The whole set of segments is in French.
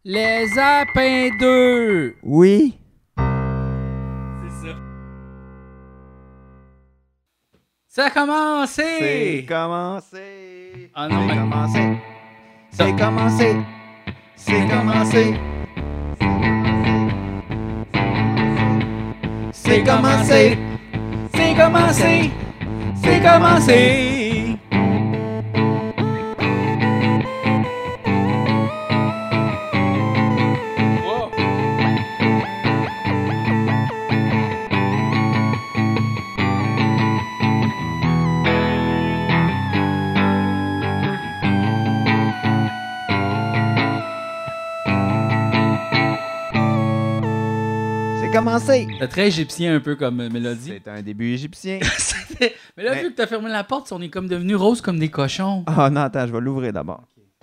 Les Apins 2! Oui. C'est ça. Ça a commencé! C'est commencé. Ah non, C'est mais- commencé. C'est commencé. C'est commencé. C'est commencé. C'est commencé! C'est commencé! Wow. C'est commencé. C'est très égyptien un peu comme mélodie. C'est un début égyptien. Mais là, Mais- vu que t'as fermé la porte, on est comme devenu rose comme des cochons. Ah non, attends, je vais l'ouvrir d'abord.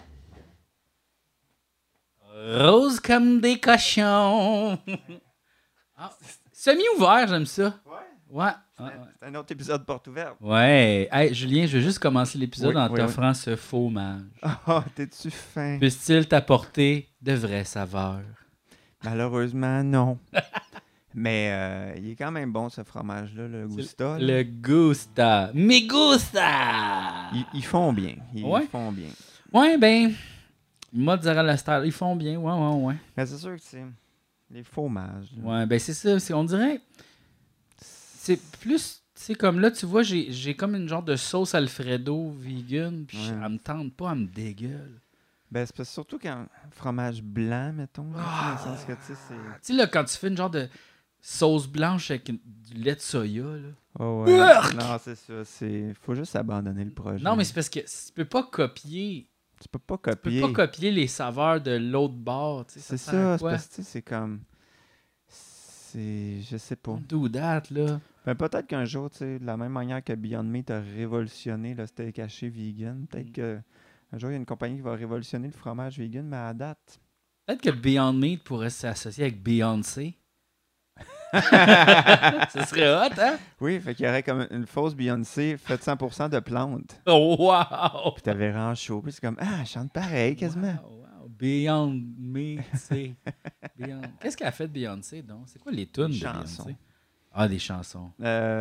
Rose comme des cochons. Ah, semi-ouvert, j'aime ça. Ouais. C'est un autre épisode porte ouverte. Ouais. Hey, Julien, je vais juste commencer l'épisode Oui, en oui, t'offrant ce fromage. Ah, t'es-tu fin? Puisse-t-il t'apporter de vraies saveurs? Malheureusement, non. Mais il est quand même bon, ce fromage-là, le Gusta. là. Le Gusta. Me gusta! Ils font bien. Ils Ouais. font bien. Ouais, ben, mozzarella style, ils font bien. Ouais. Mais c'est sûr que c'est les fromages. là. Ouais, ben c'est ça. On dirait, c'est plus, c'est comme là, tu vois, j'ai comme une genre de sauce Alfredo vegan, puis Ouais. elle me tente pas, elle me dégueule. Ben, c'est parce que surtout quand fromage blanc, mettons. là, Ah. dans le sens que, tu sais, c'est... Tu sais, là, quand tu fais une genre de sauce blanche avec du lait de soya, là. Oh, ouais. Urgh! Non, c'est ça. Faut juste abandonner le projet. Non, mais c'est parce que tu peux pas copier. Tu peux pas Tu peux copier. pas copier les saveurs de l'autre bord. Tu sais, C'est sert à ça. C'est quoi? parce que, tu sais, c'est comme... Je sais pas. Don't do that, là. Ben, peut-être qu'un jour, tu sais, de la même manière que Beyond Meat a révolutionné le steak haché vegan, peut-être que un jour, il y a une compagnie qui va révolutionner le fromage vegan, mais à date... Peut-être que Beyond Meat pourrait s'associer avec Beyoncé. Ce serait hot, hein? Oui, fait qu'il y aurait comme une fausse Beyoncé faite 100% de plantes. Oh, wow! Puis t'avais vraiment chaud. Puis c'est comme, ah, elle chante pareil quasiment. Wow. Beyond Meat, c'est... Qu'est-ce qu'elle a fait de Beyoncé, donc? C'est quoi les tunes de chansons. Beyoncé? Ah, des chansons.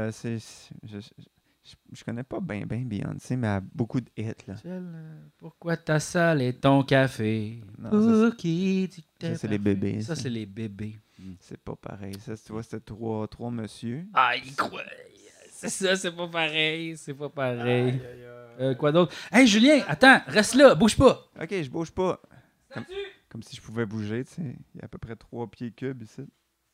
Je connais pas bien Beyoncé, mais elle a beaucoup de hits, là. Pourquoi ta salle est ton café? Non, Pour qui tu t'es ça, c'est les parfait? bébés, Ça, ça. c'est les bébés. C'est pas pareil. Ça, tu vois, c'était trois monsieur. Ah, il croit. C'est ça, c'est pas pareil. C'est pas pareil. Quoi d'autre? Hey, Julien, attends, reste là, bouge pas. Ok, je bouge pas. Comme si je pouvais bouger, tu sais. Il y a à peu près 3 pieds cubes ici.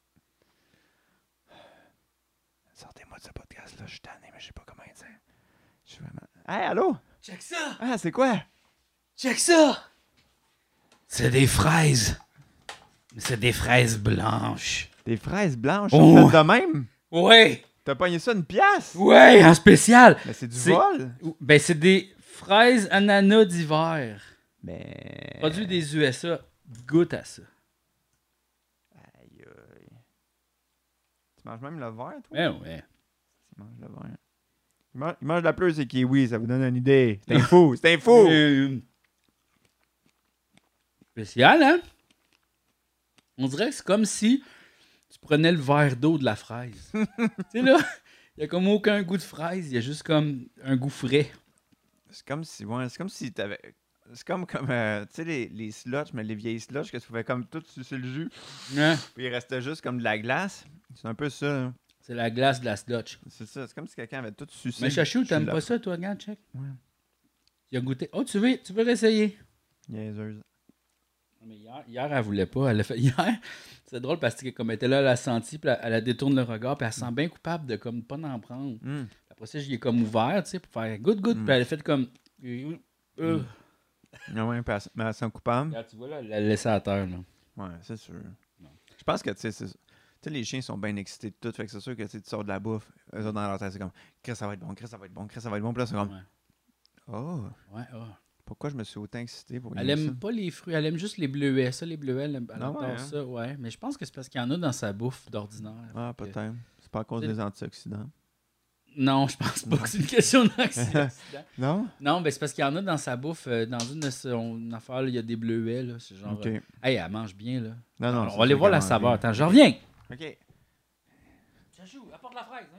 Sortez-moi de ce podcast-là, je suis tanné, mais je sais pas comment dire. Je suis vraiment... Hey, allô? Check ça! Ah, c'est quoi? Check ça! C'est des fraises. C'est des fraises blanches. Des fraises blanches, Oh. faites de même? Ouais! T'as pogné ça une pièce? Ouais, en spécial! Mais c'est du C'est- vol? Ben, c'est des fraises ananas d'hiver. Mais... Produit des USA. Goûte à ça. Aïe, aïe. Tu manges même le verre, toi? Ben ouais. Tu manges le verre. Il mange la plus et kiwi, ça vous donne une idée. C'est un fou, c'est un fou! Spécial, hein? On dirait que c'est comme si tu prenais le verre d'eau de la fraise. Tu sais, là, il n'y a comme aucun goût de fraise, il y a juste comme un goût frais. C'est comme si t'avais... C'est comme tu sais, les slushs, mais les vieilles slushs que tu pouvais comme tout sucer le jus, Hein? puis il restait juste comme de la glace. C'est un peu ça, hein. C'est la glace de la slotch. C'est ça, c'est comme si quelqu'un avait tout sucé. Mais Chachou, le t'aimes jus de pas la- ça, toi? Regarde, check. Ouais. Il a goûté. Oh, tu veux réessayer? Niaiseuse. Mais hier, elle voulait pas. Elle a fait hier. C'est drôle parce que comme elle était là, elle a senti, puis elle a détourné le regard, puis elle se sent bien coupable de comme pas en prendre. Hum. Après ça, j'y ai comme ouvert, tu sais, pour faire good, puis elle a fait comme. Ah ouais, mais elle sent coupable. Regarde, tu vois là, elle l'a laissé à terre, là. Ouais, c'est sûr. Je pense que, tu sais, les chiens sont bien excités de tout, fait que c'est sûr que tu sors de la bouffe, eux autres dans leur tête, c'est comme, Chris, ça va être bon, Chris, ça va être bon, Chris, ça va être bon, puis là, c'est comme, Ouais. oh, Ouais, pourquoi je me suis autant excité pour Elle aimer aime pas les fruits, elle aime juste les bleuets. Ça, les bleuets, elle Ah adore ouais, hein? ça, ouais. Mais je pense que c'est parce qu'il y en a dans sa bouffe d'ordinaire. Ah, Fait que- peut-être. C'est pas à cause C'est- des antioxydants. Non, je pense pas que c'est une question d'accident. Non? Non, ben c'est parce qu'il y en a dans sa bouffe. Dans une de son affaire, là, il y a des bleuets. Là, c'est genre. OK. Hey, elle mange bien. Là. Non, non, Alors, c'est on va aller sûr voir la qu'elle mange saveur. bien. Attends, je reviens. OK. Chachou, apporte la fraise.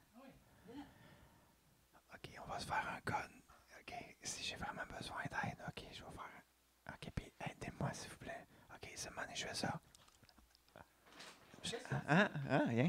OK, on va se faire un code. OK, si j'ai vraiment besoin d'aide, OK, je vais faire... OK, puis aidez-moi, s'il vous plaît. OK, c'est moi, je fais ça. Rien?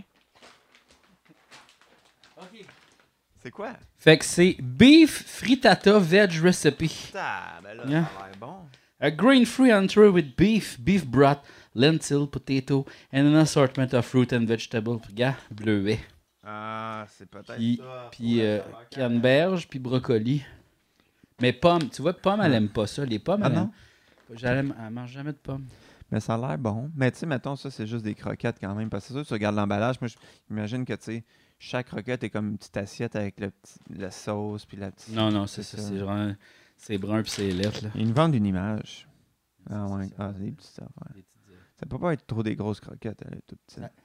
OK. C'est quoi? Fait que c'est Beef Frittata Veg Recipe. Ah, ben là, Yeah. ça a l'air bon. A grain-free entree with beef broth, lentil, potato, and an assortment of fruit and vegetables. Regarde, bleuet. Ah, c'est peut-être Puis, ça. puis canneberge, puis brocoli. Mais pomme, tu vois, pomme, elle aime pas ça. Les pommes, Ah elle non? elle mange jamais de pommes. Mais ça a l'air bon. Mais tu sais, mettons, ça, c'est juste des croquettes quand même. Parce que c'est sûr, tu regardes l'emballage. Moi, j'imagine que, tu sais, chaque croquette est comme une petite assiette avec la sauce, puis la petite... Non, c'est ça. C'est genre, c'est brun, puis c'est lettre, là. Ils nous vendent une image. Ah C'est ouais. ça. Ah, c'est des petites affaires. Des petites, Ça peut pas être trop des grosses croquettes, elle est toute petite. Ouais.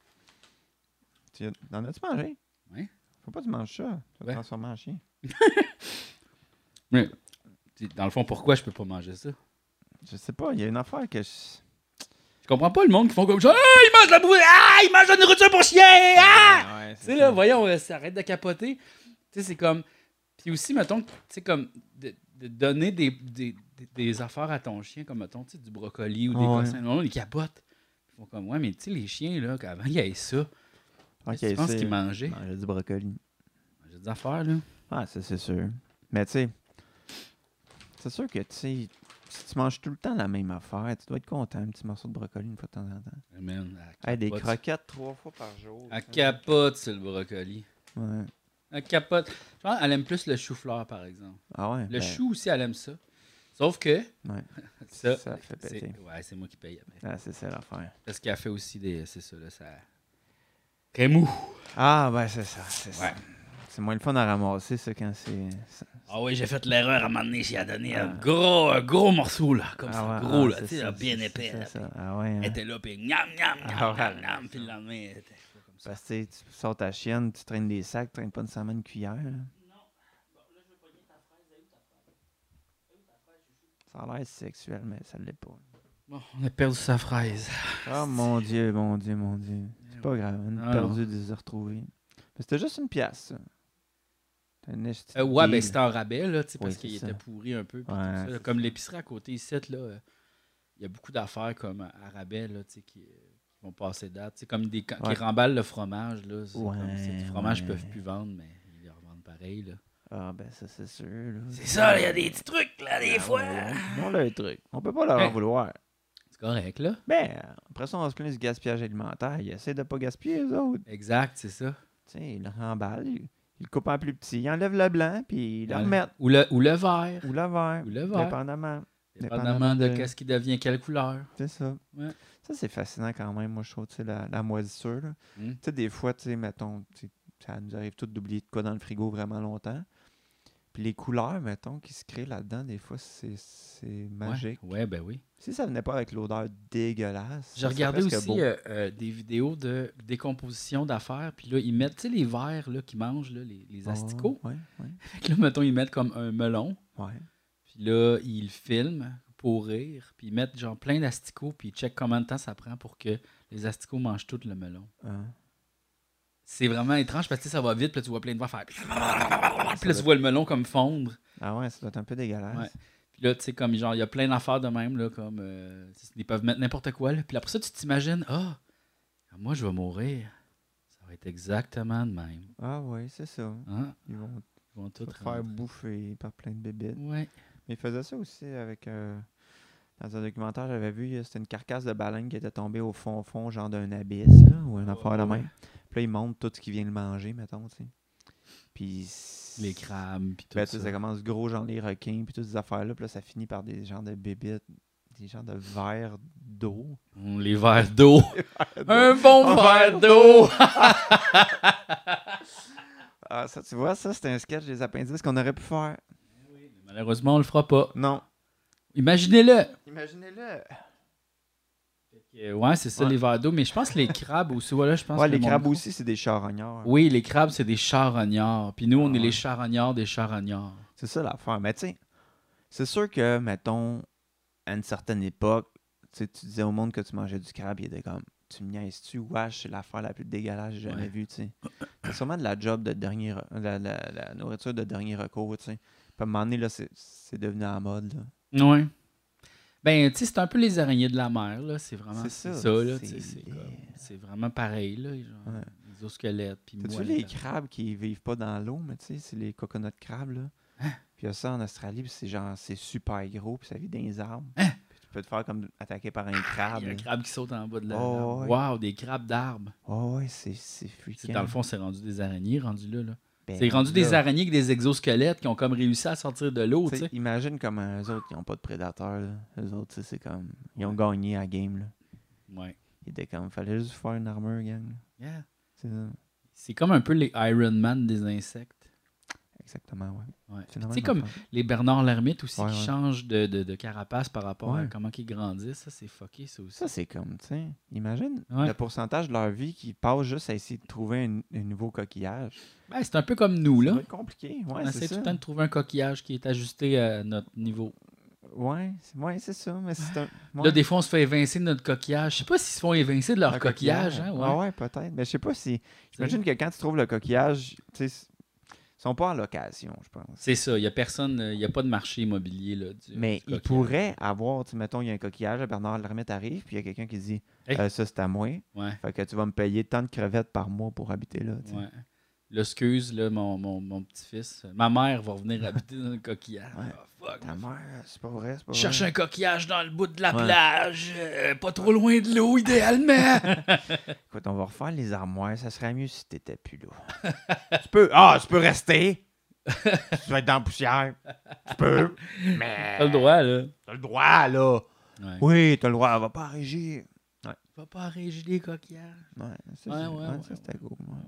T'en as-tu mangé? Oui. Faut pas que tu manges ça. Tu vas te Ouais. transformer en chien. Mais, dans le fond, pourquoi je peux pas manger ça? Je sais pas, il y a une affaire que je... Je comprends pas le monde qui font comme ça. Ah, il mange la bouffe! Ah, il mange la nourriture pour chien! Ah! Ouais, Tu sais, là, voyons, ça arrête de capoter. Tu sais, c'est comme. Puis aussi, mettons, tu sais, comme de donner des affaires à ton chien, comme, mettons, tu sais, du brocoli ou des Ouais. cossins. Non, ils capotent. Ils font comme, ouais, mais tu sais, les chiens, là, qu'avant, il y avait ça. Ok, Tu penses c'est- qu'ils mangeaient? Manger du brocoli. J'ai des affaires, là. Ah, ça, c'est sûr. Mais tu sais, c'est sûr que, tu sais, si tu manges tout le temps la même affaire, tu dois être content, un petit morceau de brocoli une fois de temps en temps. Man, Hey, des capote. croquettes 3 fois par jour. Elle capote sur le brocoli. Ouais. Elle capote. Je pense qu'elle aime plus le chou-fleur, par exemple. Ah ouais? Le ben, chou aussi, elle aime ça. Sauf que, Ouais. ça, Ça fait c'est péter. ouais, c'est moi qui paye après. Ah, c'est ça l'affaire. Parce qu'elle fait aussi des. C'est ça, là, ça. Crémou. Ah, ben c'est ça, c'est Ouais. ça. C'est moins le fun à ramasser, ça, quand c'est... Ah oui, j'ai fait l'erreur à un moment donné, j'ai donné Ah. un gros morceau, là, comme ça, ouais, gros, là, c'est tu sais, ça, là, bien c'est épais. ça, là, ça. puis Ah ouais, hein. elle était là, puis gnam, gnam, gnam, Ah ouais. gnam, gnam, puis le lendemain, elle était comme ça. Parce que tu sais, tu sors ta chienne, tu traînes des sacs, tu traînes pas nécessairement une cuillère. Là. Ça a l'air sexuel, mais ça l'est pas. Bon, on a perdu sa fraise. Oh mon Dieu, mon Dieu, mon Dieu. C'est pas grave, on Ah, a perdu de se retrouver. Mais c'était juste une pièce, ça. C'était un esti Ouais, deal. ben c'était en rabais, là, tu sais, parce Oui, qu'il c'est était ça. pourri un peu. Puis Ouais, tout ça, là. c'est Comme ça. l'épicerie à côté ici, là, il y a beaucoup d'affaires comme à rabais, là, tu sais, qui vont passer date. Tu sais, comme des, quand Ouais. ils remballent le fromage, là. C'est Ouais, comme, c'est du fromage qu'ils ouais. peuvent plus vendre, mais ils le revendent pareil, là. Ah ben ça, c'est sûr. Là. C'est ça, il y a des petits trucs, là, des Ah, fois. ouais, on a le truc. On peut pas leur en Hein? vouloir. C'est correct, là. Ben, après ça, on se plaint du gaspillage alimentaire. Ils essaient de pas gaspiller, eux autres. Exact, c'est ça. Tu sais, ils le remballent, ils le coupent en plus petit, ils enlèvent le blanc, puis ils le remettent. Ou le vert. Ou le vert. Ou le vert. Dépendamment. Dépendamment de qu'est-ce qui devient quelle couleur. C'est ça. Ouais. Ça, c'est fascinant quand même, moi, je trouve, tu sais, la moisissure. là. Mm. Tu sais, des fois, tu sais, mettons, tu sais, ça nous arrive tout d'oublier de quoi dans le frigo vraiment longtemps. Puis les couleurs, mettons, qui se créent là-dedans, des fois, c'est magique. Ouais, ben oui. Si ça venait pas avec l'odeur dégueulasse. J'ai ça serait regardé presque aussi beau. des vidéos de décomposition d'affaires. Puis là, ils mettent, tu sais, les verres là, qu'ils mangent, là, les asticots. Ouais, ouais, Puis là, mettons, ils mettent comme un melon. ouais. Puis là, ils le filment pour rire. Puis ils mettent genre plein d'asticots. Puis ils checkent combien de temps ça prend pour que les asticots mangent tout le melon. Hein. C'est vraiment étrange parce que tu sais, ça va vite. Puis là, tu vois plein de verres faire. Puis là, tu vois le melon comme fondre. Ah ouais, ça doit être un peu dégueulasse. Ouais. Puis là, tu sais, comme genre, il y a plein d'affaires de même, là, comme. Ils peuvent mettre n'importe quoi, là. Puis après ça, tu t'imagines, moi, je vais mourir. Ça va être exactement de même. Ah ouais, c'est ça. Hein? Ils vont Ils vont tout te faire bouffer par plein de bébites. Ouais. Mais ils faisaient ça aussi avec... dans un documentaire, j'avais vu, c'était une carcasse de baleine qui était tombée au fond, genre d'un abysse, là, ou une affaire de ouais. même. Puis là, ils montrent tout ce qui vient le manger, mettons, tu sais. Puis... Les crabes, puis tout Ben, tu sais, ça. ça commence gros, genre les requins, puis toutes ces affaires-là. Puis là, ça finit par des genres de bébites, des genres de verres d'eau. Les verres d'eau. Un bon verre d'eau. Ah, ça, tu vois, ça, c'était un sketch des appendices qu'on aurait pu faire. Malheureusement, on le fera pas. Non. Imaginez-le. Imaginez-le. Fait Ouais, c'est ça, Ouais. les vers d'eau. Mais je pense que les crabes aussi, voilà, je pense Ouais, que les mon crabes micro- aussi, c'est des charognards. Oui, les crabes, c'est des charognards. Puis nous, on est Ouais. les charognards des charognards. C'est ça l'affaire. Mais tu sais, c'est sûr que, mettons, à une certaine époque, tu disais au monde que tu mangeais du crabe, il était comme, tu me niaises-tu? Wesh, c'est l'affaire la plus dégueulasse que j'ai jamais Ouais. vue, tu sais. C'est sûrement de la job de dernier, la nourriture de dernier recours, tu sais. Puis à un moment donné, là, c'est devenu à la mode, là. Ouais. Ben, tu sais, c'est un peu les araignées de la mer, là. C'est vraiment C'est c'est ça, ça, là. Tu sais, c'est laid. c'est vraiment pareil, là. Genre, Ouais. les exosquelettes. Puis T'as-tu vu moelles. les crabes qui vivent pas dans l'eau, mais tu sais, c'est les coconut crabes, là. Hein? Puis il y a ça en Australie, puis c'est genre, c'est super gros, puis ça vit dans les arbres. Hein? Puis tu peux te faire comme attaquer par un Il crabe. y a un là. crabe qui saute en bas de la. Oh, ouais. Wow, des crabes d'arbres. Oh, ouais, c'est C'est, freakant. dans le fond, c'est rendu des araignées, rendu là. Ben, C'est rendu des là, araignées avec des exosquelettes qui ont comme réussi à sortir de l'eau, tu tu sais, sais. imagine comme eux autres qui n'ont pas de prédateurs. Là. Eux autres, tu sais, c'est comme. Ils ont gagné à la game. Là. Ouais. Il était comme. Fallait juste faire une armure, gang. là. Yeah. C'est ça. C'est comme un peu les Iron Man des insectes. Exactement, ouais. Ouais. C'est Tu la sais, même comme affaire. les Bernard l'ermite aussi Ouais, qui ouais. changent de carapace par rapport à Ouais. comment ils grandissent. Ça, c'est fucké, ça aussi. Ça, c'est comme, tu sais, imagine Ouais. le pourcentage de leur vie qui passe juste à essayer de trouver un nouveau coquillage. Ben, c'est un peu comme nous, Ça là. va être compliqué, ouais, On c'est essaie tout ça. le temps de trouver un coquillage qui est ajusté à notre niveau. Ouais, c'est ça, mais c'est un... Là, ouais. des fois, on se fait évincer de notre coquillage. Je sais pas s'ils se font évincer de leur Un coquillage. Hein? Ah Ouais. ouais, peut-être. Mais je sais pas si... J'imagine que quand tu trouves le coquillage, tu sais, ils sont pas en location, je pense. C'est ça. Il n'y a personne, il n'y a pas de marché immobilier. Là, Mais du il coquillage. pourrait avoir, tu sais, mettons, il y a un coquillage, Bernard Lermite arrive, puis il y a quelqu'un qui dit Hey. ça c'est à moi. Ouais. Fait que tu vas me payer tant de crevettes par mois pour habiter là. tu sais. Ouais. Là, excuse, là, mon petit-fils. Ma mère va venir habiter dans le coquillage. Ouais. Ah, fuck. Ta mère, c'est pas vrai, c'est pas Je vrai. cherche un coquillage dans le bout de la Ouais. plage, pas trop loin de l'eau, idéalement. Écoute, on va refaire les armoires, ça serait mieux si t'étais plus là. tu peux rester. Tu vas être dans la poussière. Tu peux. Mais. T'as le droit, là. T'as le droit, là. Ouais. Oui, t'as le droit. Va pas régir. Va pas régir les coquillages. Ouais, ça, Ouais, c'est- ouais, ouais, ouais, ça, c'était cool. ouais.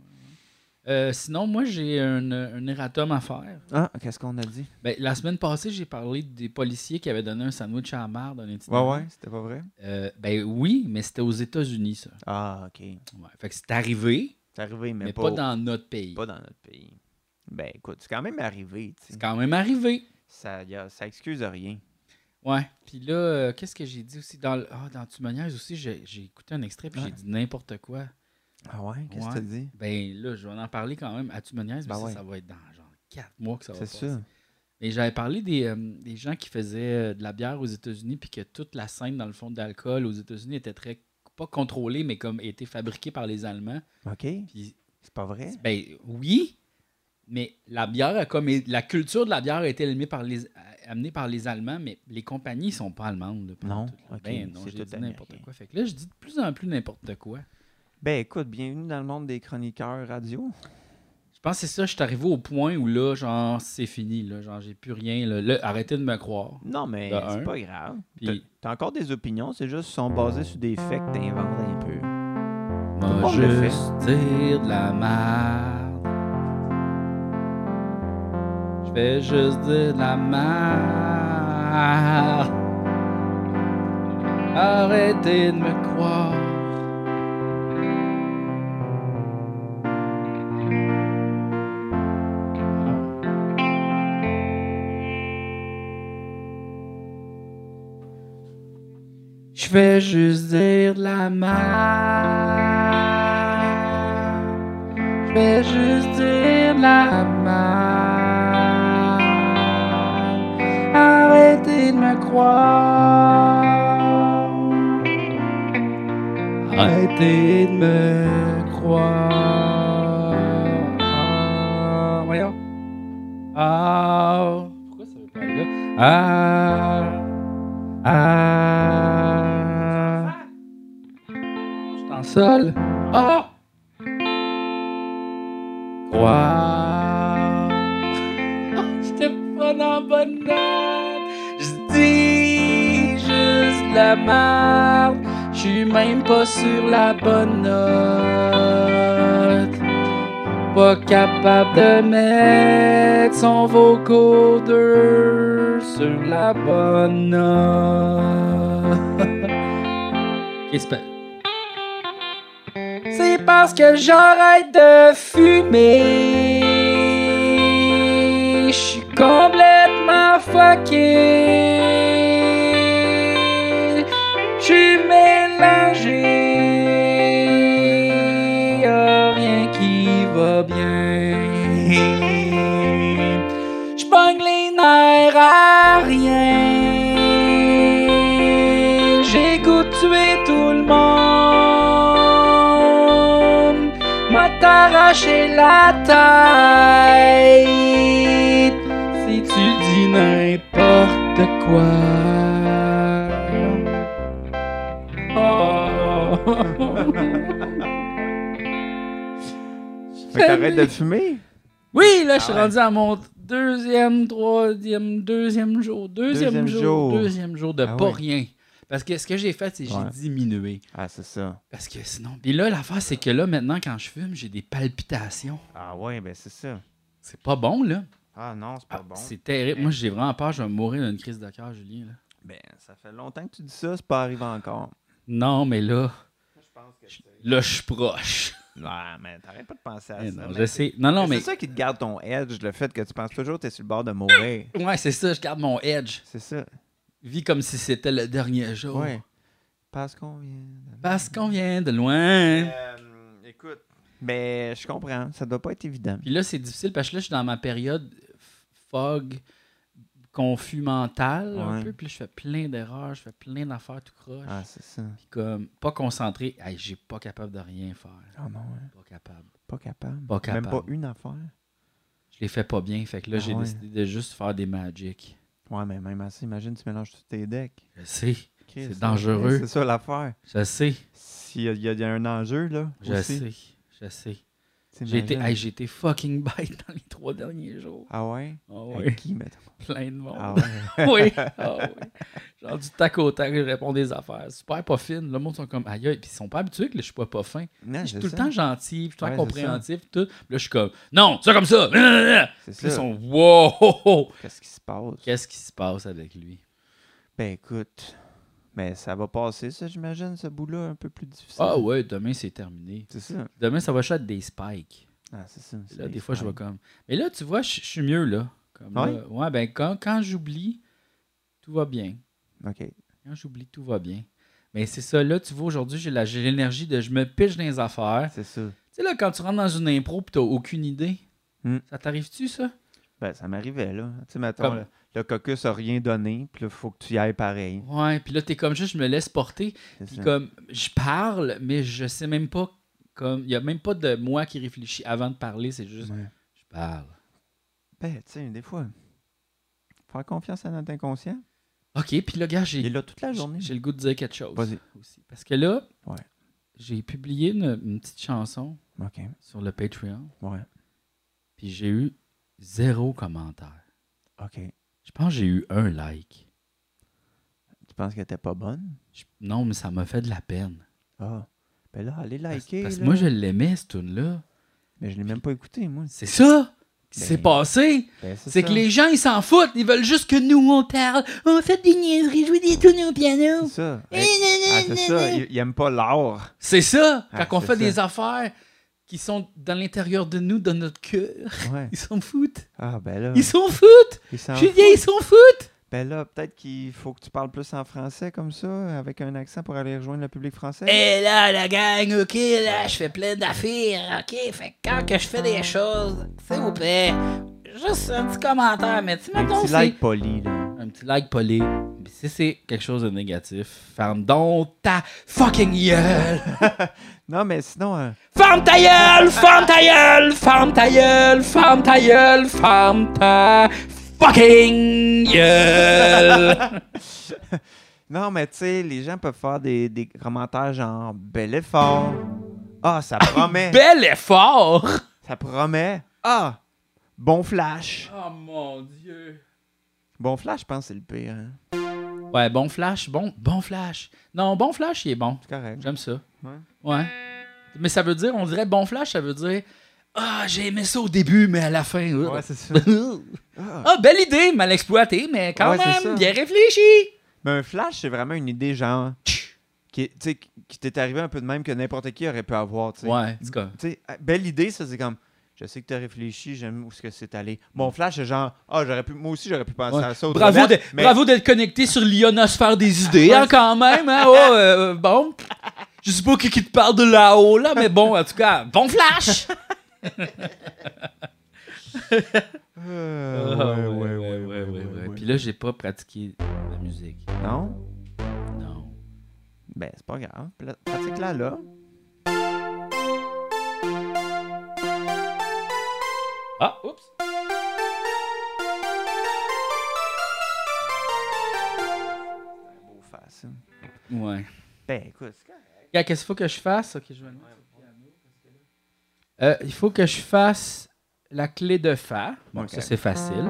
Sinon, moi, j'ai un erratum à faire. Ah, qu'est-ce qu'on a dit? Ben, la semaine passée, j'ai parlé des policiers qui avaient donné un sandwich à la mère d'un Ouais, itinérant. ouais, c'était pas vrai? Ben oui, mais c'était aux États-Unis, ça. Ah, ok. Ouais. Fait que c'est arrivé, C'est arrivé, mais, mais pas dans notre pays. pas dans notre pays. Ben, écoute, c'est quand même arrivé, tu sais. C'est quand même arrivé. Ça excuse rien. Ouais. Puis là, qu'est-ce que j'ai dit aussi? Dans Tu me niaises aussi, j'ai écouté un extrait puis Ouais. j'ai dit n'importe quoi. Ah ouais? Qu'est-ce que Ouais. t'as dit? Ben là, je vais en parler quand même. Tu me niaises, mais Ben ouais. ça va être dans genre 4 mois que ça va C'est passer. ça. Mais j'avais parlé des gens qui faisaient de la bière aux États-Unis puis que toute la scène, dans le fond, d'alcool aux États-Unis était très, pas contrôlée, mais comme était fabriquée par les Allemands. OK. Puis, C'est pas vrai? ben oui, mais la bière a comme... La culture de la bière a été amenée par les Allemands, mais les compagnies sont pas allemandes. Là, pas Non, tout, là. ok, Ben non, c'est j'ai tout dit n'importe américain. quoi. Fait que là, je dis de plus en plus n'importe quoi. Ben écoute, bienvenue dans le monde des chroniqueurs radio. Je pense que c'est ça, je suis arrivé au point où là, genre, c'est fini, là, genre, j'ai plus rien, là, arrêtez de me croire. Non, mais De un. c'est pas grave. Puis- T'as encore des opinions, c'est juste qu'ils sont basés sur des faits que t'inventes un peu. Moi, monde le fait. juste dire de la merde. Je vais juste dire de la merde. Arrêtez de me croire. Je vais juste dire de la merde. Je vais juste dire de la merde. Arrêtez de me croire. Arrêtez de me croire. Voyons. Ah. Pourquoi ça veut pas aller là? Je suis en sol. Ah! Croire. J'étais pas dans la bonne note. Je dis juste de la merde. Je suis même pas sur la bonne note. Pas capable de mettre son vocoder sur la bonne note. Ok, c'est parce que j'arrête de fumer. Je suis complètement fucké. Je suis mélangé. Y'a rien qui va bien. Je pogne les nerfs à rien. J'ai goût de tuer tout le monde. M'a t'arraché la tête. Si tu dis n'importe quoi. Oh. Fait que t'arrêtes de fumer? Oui, là, je suis Ah ouais. rendu à mon deuxième jour de Ah pas ouais. rien. Parce que ce que j'ai fait, c'est que Ouais. j'ai diminué. Ah, c'est ça. Parce que sinon... Puis là, l'affaire, c'est que là, maintenant, quand je fume, j'ai des palpitations. Ah ouais, ben c'est ça. C'est pas bon, là. Ah non, c'est pas bon. C'est terrible. Moi, j'ai vraiment peur, je vais mourir d'une crise de cœur, Julien. Là. Ben, ça fait longtemps que tu dis ça, c'est pas arrivé encore. Non, mais là, Je pense que là, je suis proche. Ouais, mais t'arrêtes pas de penser à Eh ça. non, mais je sais. Non, non, mais... C'est ça qui te garde ton edge, le fait que tu penses toujours que t'es sur le bord de mourir. Ouais, c'est ça, je garde mon edge. C'est ça. Vis comme si c'était le dernier jour. Ouais. Parce qu'on vient. Parce qu'on vient de loin. Écoute, mais je comprends, ça doit pas être évident. Puis là, c'est difficile parce que là, je suis dans ma période fog, confus mental un Ouais. peu. Puis là, je fais plein d'erreurs, je fais plein d'affaires tout croche. Ah, c'est ça. Puis comme, pas concentré. Hey, j'ai pas capable de rien faire. Ah non, hein. Pas capable. Pas capable. Pas Même capable. pas une affaire. Je les fais pas bien. Fait que là, Ah j'ai ouais. décidé de juste faire des magic. Ouais, mais même assez, imagine, tu mélanges tous tes decks. Je sais. Christ, C'est dangereux. C'est ça l'affaire. Je sais. S'il y a un enjeu, là. Je aussi, sais. Je sais. t'imagines. J'ai été fucking bête dans les 3 derniers jours. Ah ouais? Ah Avec ouais. qui, mettons? Plein de monde. Ah ouais? Oui. Ah oui. Genre du tac au tac, je réponds des affaires. Super pas fine. Le monde sont comme aïe, aïe. Puis ils sont pas habitués que je suis pas fin. Non, Je suis c'est tout le ça. temps gentil, tout le Ouais, temps c'est compréhensif, tout. Puis là, je suis comme non, ça comme ça. Puis C'est ils ça. sont wow. Qu'est-ce qui se passe? Qu'est-ce qui se passe avec lui? Ben écoute, mais ça va passer, ça, j'imagine, ce bout-là, un peu plus difficile. Ah ouais, demain c'est terminé. C'est ça. Demain, ça va juste être des spikes. Ah, c'est ça. Puis là, des fois, je vais comme. Mais là, tu vois, je suis mieux là. Comme Ouais? là. Ouais, ben quand j'oublie, tout va bien. OK. Quand j'oublie, tout va bien. Mais c'est ça, là, tu vois, aujourd'hui, j'ai l'énergie de je me piche dans les affaires. C'est ça. Tu sais, là, quand tu rentres dans une impro et t'as aucune idée, ça t'arrive-tu, ça? Ben, ça m'arrivait, là. Tu sais, mettons, Comme- le caucus a rien donné, puis là, il faut que tu y ailles pareil. Ouais, puis là, t'es comme juste, je me laisse porter. C'est Puis ça. comme, je parle, mais je sais même pas, comme, il y a même pas de moi qui réfléchit avant de parler, c'est juste, Ouais. je parle. Ben, tu sais, des fois, faire confiance à notre inconscient. OK, puis là, gars, Il est là toute la journée. j'ai le goût de dire quelque chose Vas-y. aussi. Parce que là, Ouais. j'ai publié une petite chanson OK. sur le Patreon, Ouais. puis j'ai eu 0 commentaire. OK. Je pense que j'ai eu 1 like. Tu penses qu'elle était pas bonne? Non, mais ça m'a fait de la peine. Ah. Ben là, allez Parce liker, que là. moi, je l'aimais, cette tune-là. Mais je l'ai même pas écouté, moi. C'est ça qui Ben, s'est passé. Ben, C'est ça. que les gens, ils s'en foutent. Ils veulent juste que nous, on parle. On fait des niaiseries, jouer des tunes au piano. C'est ça. Eh, Ah, c'est ça. Il aime pas l'art. C'est ça. Quand Ah, on c'est fait ça. des affaires qui sont dans l'intérieur de nous, dans notre cœur, Ouais. ils s'en foutent. Ah, ben là. Ils s'en foutent. il s'en Julien, fout. ils s'en foutent. Ben là, peut-être qu'il faut que tu parles plus en français comme ça, avec un accent pour aller rejoindre le public français. Et là, la gang, OK, là, je fais plein d'affaires, OK? Fait que quand que je fais des choses, s'il vous plaît, juste un petit commentaire, mais tu Un mettons, petit like poli, là. un petit like poli. Puis si c'est quelque chose de négatif, ferme donc ta fucking gueule! Non, mais sinon, Ferme ta gueule! Ferme ta gueule! Ferme ta gueule! Ferme ta gueule! Ferme ta fucking gueule! non, mais tu sais, les gens peuvent faire des commentaires genre bel effort. Ah, ça promet. Bel effort! Ça promet. Ah, bon flash. Oh mon Dieu! Bon flash, je pense que c'est le pire. Hein? Ouais, bon flash, bon flash. Non, bon flash, il est bon. C'est correct. J'aime ça. Ouais. Ouais. Mais ça veut dire, on dirait bon flash, ça veut dire ah, j'ai aimé ça au début, mais à la fin. Ouais, c'est ça. Ah. Ah, belle idée, mal exploitée, mais quand Ouais, c'est ça. même bien réfléchie. Mais un flash, c'est vraiment une idée genre qui t'est arrivé un peu de même que n'importe qui aurait pu avoir. T'sais. Ouais, c'est quoi. T'sais, belle idée, ça, c'est comme, je sais que tu as réfléchi, j'aime où est-ce que c'est allé. Mon flash, c'est genre, moi aussi, j'aurais pu penser Ouais. à ça. Bravo d'être connecté sur l'ionosphère des idées, hein, quand même. Hein? Bon, je sais pas qui te parle de là-haut, là, mais bon, en tout cas, bon flash! Ouais. Puis là, j'ai pas pratiqué la musique. Non? Non. Ben, c'est pas grave. Pratique-la là. Ah, oups! C'est un beau face. Hein. Ouais. Ben, écoute, c'est correct. Qu'est-ce qu'il faut que je fasse? Ok, je vais le mettre sur le piano. Parce que là... il faut que je fasse la clé de Fa. Bon, Ok. ça, c'est facile.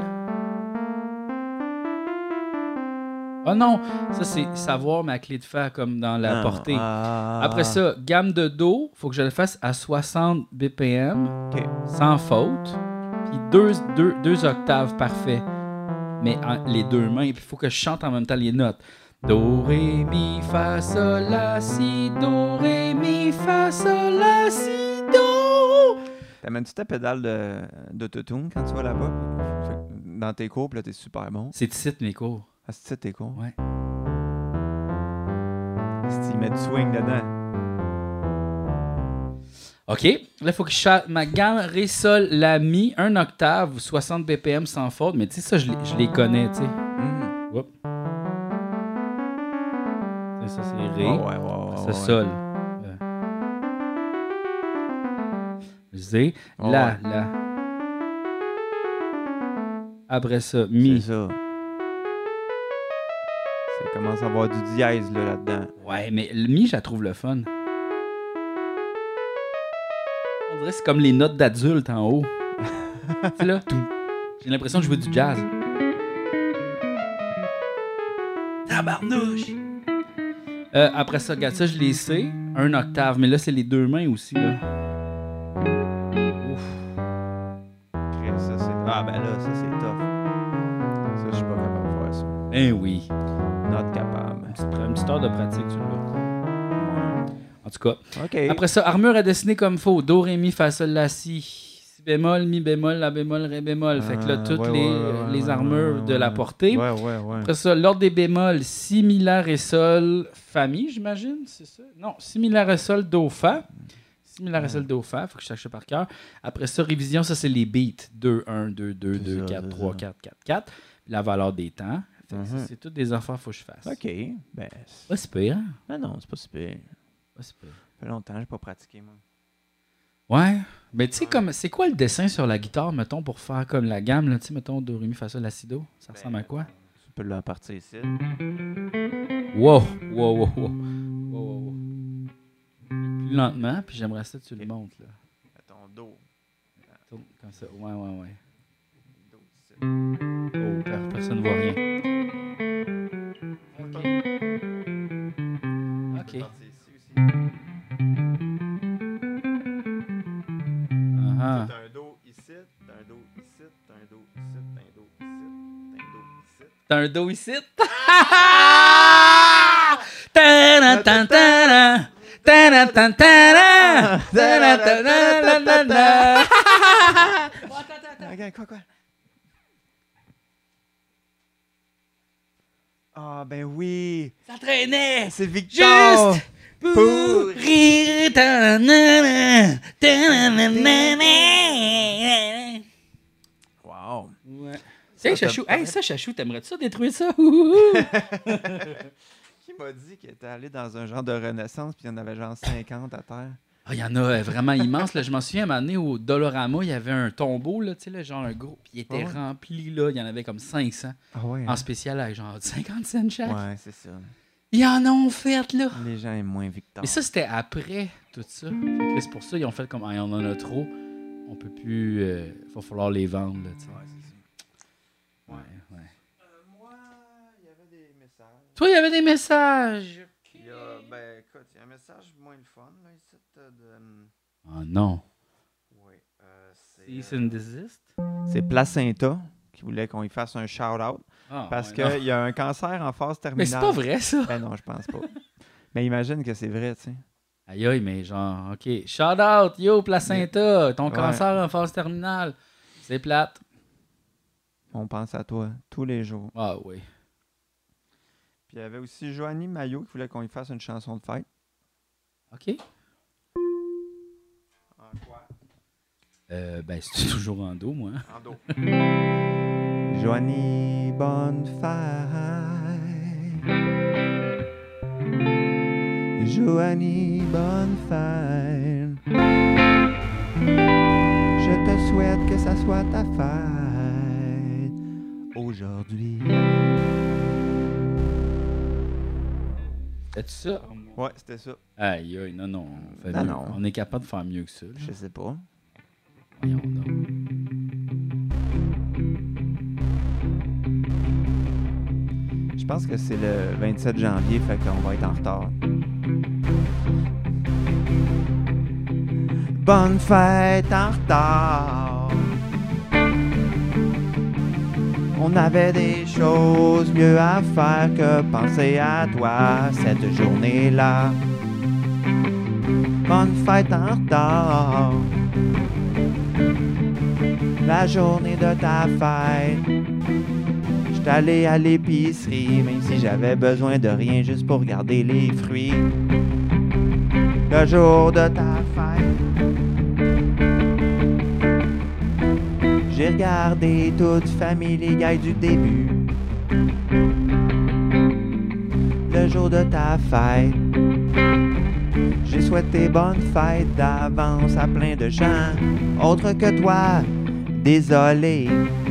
Oh non! Ça, c'est savoir ma clé de Fa comme dans la portée. Après ça, gamme de Do, il faut que je le fasse à 60 BPM, OK. sans faute. Puis deux octaves parfait. Mais les deux mains. Puis il faut que je chante en même temps les notes. Do, ré, mi, fa, sol, la, si, do, ré, mi, fa, sol, la, si, do. T'amènes-tu ta pédale d'autotune quand tu vas là-bas? Dans tes cours, puis là, t'es super bon. C'est ici mes cours. Ah, c'est ça tes cours? Ouais. Si tu mets du swing dedans. OK. Là, il faut que je chante ma gamme ré, sol, la, mi, un octave, 60 BPM sans faute. Mais tu sais, ça, je les connais, tu sais. Oups. Ça, c'est ré. Ouais. Ça, sol. Zé. Ouais, La, ouais. la. Après ça, mi. C'est ça. Ça commence à avoir du dièse là-dedans. Ouais, mais le mi, je la trouve le fun. On dirait que c'est comme les notes d'adulte en haut. Tu sais là, tout. J'ai l'impression que je veux du jazz. Tabarnouche! Après ça, regarde ça, je les sais. Un octave, mais là, c'est les deux mains aussi, là. Ouf. Ça, c'est... Ah, ben là, ça, c'est tough. Ça, je suis pas capable de faire ça. Eh oui. Not capable. Une petite heure de pratique, tu l'as. En tout cas. OK. Après ça, armure à dessiner comme faut. Do, ré, mi, fa, sol, la, si. Si bémol, mi bémol, la bémol, ré bémol. Fait que là, toutes les armures de la portée. Ouais. Après ça, l'ordre des bémols, si, mi, la, ré, sol, fa, mi, j'imagine, c'est ça? Non, si, mi, la, ré, sol, do, fa. Si, mi, la, ré, sol, do, fa. Faut que je sache ça par cœur. Après ça, révision, ça, c'est les beats. 2, 1, 2, 2, 2, 4, 3, 4, 4, 4. La valeur des temps. Fait que ça, c'est toutes des affaires qu'il faut que je fasse. OK. Ben, Pas si pire, hein? non, c'est pas super. Pas si pire. Ça fait longtemps que j'ai pas pratiqué, moi. Ouais. Mais tu sais, comme c'est quoi le dessin sur la guitare, mettons, pour faire comme la gamme, là, tu sais, mettons, do, ré, mi, fa, sol, la, si, do? Ça ressemble à quoi? Tu peux la partir ici. Wow. Plus lentement, puis j'aimerais ça que tu le montres, là. À ton dos. Tourne comme ça. Ouais. Dos ici. Oh, personne ne voit rien. OK. Tu peux partir ici aussi. Ah. T'as un dos ici, t'as un dos ici, t'as un dos ici, t'as un dos ici, T'as un dos ici? Ta-da-tan-ta-da. Ta-da-tan-ta-da. Ta-da-tan-ta-da-da-da. Regarde, quoi? Ah, ben oui! S'entraînait C'est Victor! juste pour rire. Ta-da-na-na. Ta-da-na-na-na. Wow! Ouais. Ça, Hey, Chachou, Chachou, t'aimerais-tu ça détruire ça? Qui m'a dit qu'il était allé dans un genre de renaissance puis il y en avait genre 50 à terre? Ah, il y en a vraiment immense. Là. Je m'en souviens, à un moment donné, au Dolorama, il y avait un tombeau, là, tu sais, là, genre un gros, puis il était rempli, là, il y en avait comme 500, Ah ouais? en spécial avec genre 50 cents chaque. Ouais, c'est ça. Ils en ont fait, là. Les gens aiment moins Victor. Mais ça, c'était après tout ça. Fait que là, c'est pour ça qu'ils ont fait comme, ah, on en a trop, on peut plus, va falloir les vendre, là, tu sais. Ouais, c'est ça. Ouais. Moi, il y avait des messages. Toi, il y avait des messages. Ben, écoute, il y a un message moins le fun, là, ici, Oh non. Oui, Cease and desist? c'est Placenta qui voulait qu'on y fasse un shout-out Ah, parce ouais, qu'il y a un cancer en phase terminale. Mais c'est pas vrai, ça. Ben non, je pense pas. Mais imagine que c'est vrai, tu sais. Aïe, aïe, mais genre, OK. Shout out, yo, placenta, ton Ouais. cancer en phase terminale. C'est plate. On pense à toi tous les jours. Ah oui. Puis il y avait aussi Joanie Maillot qui voulait qu'on lui fasse une chanson de fête. OK. En quoi? Ben, c'est toujours en dos, moi. En dos. Joanie, bonne fête. Joanie, bonne fête. Je te souhaite que ça soit ta fête aujourd'hui. C'est ça? Ouais, c'était ça. Aïe, aïe, non, non. On, fait Non, mieux. non. On est capable de faire mieux que ça. Là. Je sais pas. Voyons donc. Je pense que c'est le 27 janvier, fait qu'on va être en retard. Bonne fête en retard. On avait des choses mieux à faire que penser à toi cette journée-là. Bonne fête en retard. La journée de ta fête. J'étais allé à l'épicerie, même si j'avais besoin de rien juste pour garder les fruits. Le jour de ta fête. J'ai regardé toute Family Guy du début. Le jour de ta fête. J'ai souhaité bonne fête d'avance à plein de gens, autres que toi, désolé.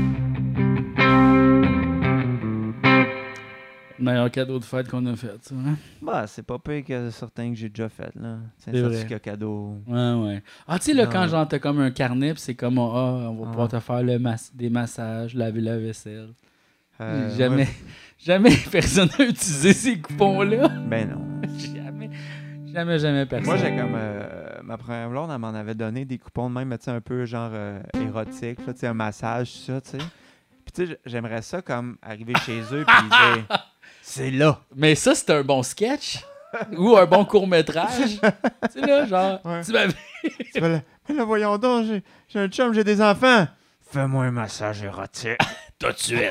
Meilleur cadeau de fête qu'on a fait, ça. Hein? Bah, c'est pas pire que certains que j'ai déjà fait, là. C'est C'est un vrai. certificat cadeau. Ouais, ouais. Ah, tu sais, là, Non. quand genre, t'as comme un carnet, pis c'est comme, on va Ah. pouvoir te faire des massages, laver la vaisselle. Ouais. Jamais personne n'a utilisé ces coupons-là. Ben non. Jamais personne. Moi, j'ai comme... ma première blonde, elle m'en avait donné des coupons de même, mais tu sais, un peu genre érotique, là, tu sais, un massage, tout ça, tu sais. Puis tu sais, j'aimerais ça comme arriver chez eux puis dire « C'est là! Mais ça, c'est un bon sketch ou un bon court-métrage. Tu sais, là, genre, Ouais. tu m'avais... » Tu vas là, mais là, voyons donc, j'ai un chum, j'ai des enfants. Fais-moi un massage érotique. Tout de suite.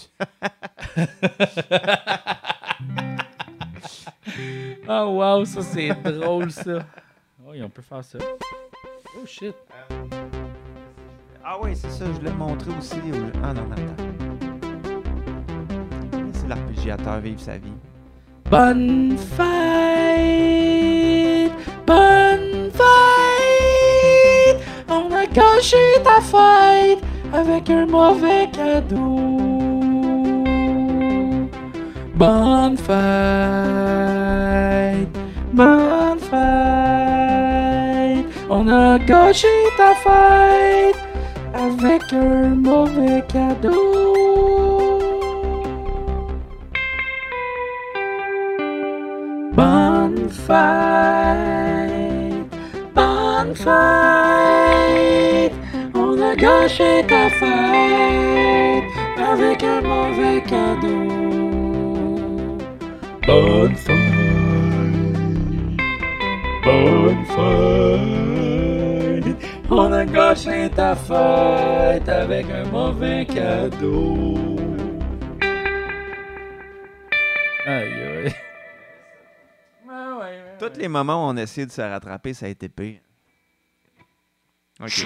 Oh, wow, ça, c'est drôle, ça. Oui, on peut faire ça. Oh, shit. Ah oui, c'est ça, je voulais te montrer aussi. Ah non, attends. Laissez l'arpégiateur vivre sa vie. Bonne fête! Bonne fête! On a gâché ta fête avec un mauvais cadeau. Bonne fête! Bonne fête! On a gâché ta fête avec un mauvais cadeau. Bonne fête, bonne fête, on a gâché ta fête avec un mauvais cadeau. Bonne fête, on a gâché ta fête avec un mauvais cadeau. Aïe aïe. Tous les moments où on a essayé de se rattraper, ça a été pire. OK.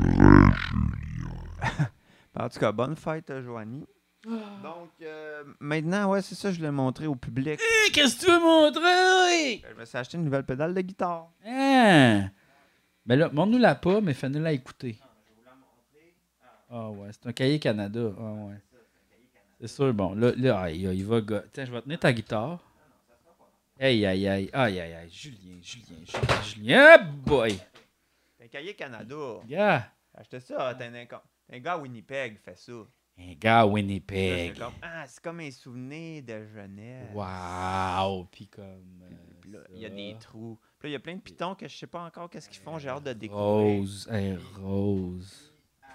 En tout cas, bonne fête, Joanie. Donc, maintenant, ouais, c'est ça, je l'ai montré au public. Qu'est-ce que tu veux montrer? Je me suis acheté une nouvelle pédale de guitare. Hein? Ben là, montre-nous-la pas, mais fais-nous-la écouter. Ah ouais, c'est un cahier Canada. Ah ouais. C'est sûr, bon. Là il va... Tiens, je vais tenir ta guitare. Aïe, aïe, aïe. Aïe, aïe, aïe. Julien. Ah, boy! C'est un cahier Canada. Gars. Acheté ça, t'es un gars à Winnipeg, fait ça. Un gars à Là, Winnipeg. c'est comme, c'est comme un souvenir de jeunesse. Wow! Puis comme... Puis là, il y a des trous. Puis là, il y a plein de pitons que je sais pas encore qu'est-ce qu'ils font. J'ai hâte de découvrir. Rose. Hey, rose.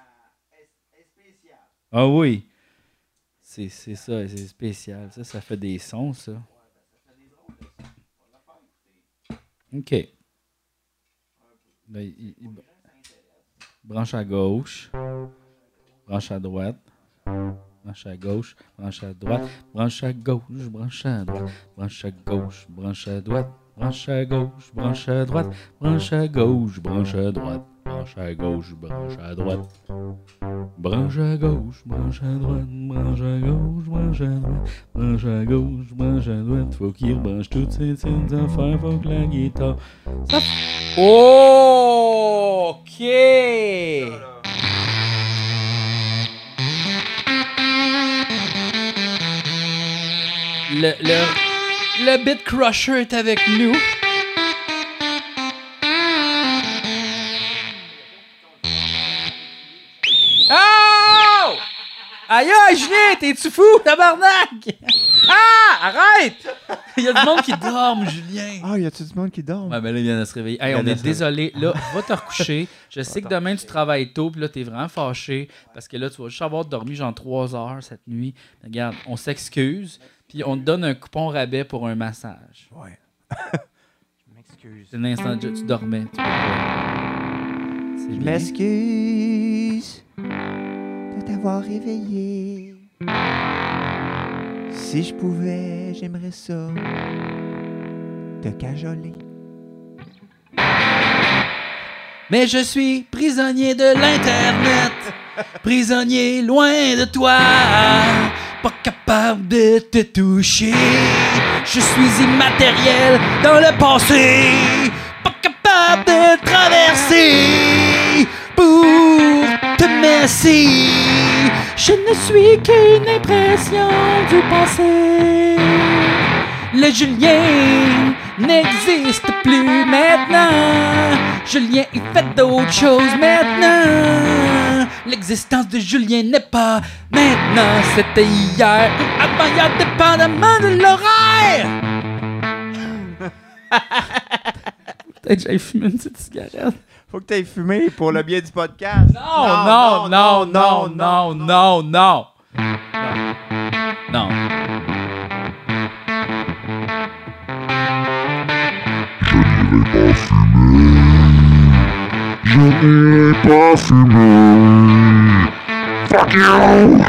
Ah oui. C'est ça, c'est spécial. Ça fait des sons, ça. OK. Ben, branche à gauche. Branche à droite. Branche à gauche. Branche à droite. Branche à gauche. Branche à droite. Branche à gauche. Branche à droite. Branche à gauche. Branche à droite. Branche à gauche. Branche à droite. Branche à gauche. Branche à droite. Branche à gauche, branche à droite, branche à gauche, branche à droite, branche à gauche, branche à droite. Faut qu'il rebranche toutes ces petites affaires, faut que la guitare. Ça... Oh, OK! Le Beat Crusher est avec nous. Oh! Aïe aïe, Julien, t'es-tu fou, tabarnak? Ah! Arrête! Il y a du monde qui dort, Julien. Ah, y a-tu du monde qui dort? Ouais, mais là, il vient de se réveiller. Hey, on est désolé. Là, va te recoucher. Je sais que demain, tu travailles tôt, puis là, t'es vraiment fâché, parce que là, tu vas juste avoir dormi genre 3 heures cette nuit. Regarde, on s'excuse, puis on te donne un coupon rabais pour un massage. Ouais. Je m'excuse. C'est l'instant que tu dormais. Tu peux pas. Je m'excuse de t'avoir réveillé. Si je pouvais, j'aimerais ça te cajoler. Mais je suis prisonnier de l'Internet, prisonnier loin de toi, pas capable de te toucher. Je suis immatériel dans le passé, pas capable de traverser pour te merci. Je ne suis qu'une impression du passé. Le Julien n'existe plus maintenant. Julien, il fait d'autres choses maintenant. L'existence de Julien n'est pas maintenant. C'était hier ou avant-hier, dépendamment de l'horaire. Peut-être que j'aille fumer une petite cigarette. Faut que t'ailles fumer pour le bien du podcast. Non. Non. Je n'irai pas fumer. Fuck you!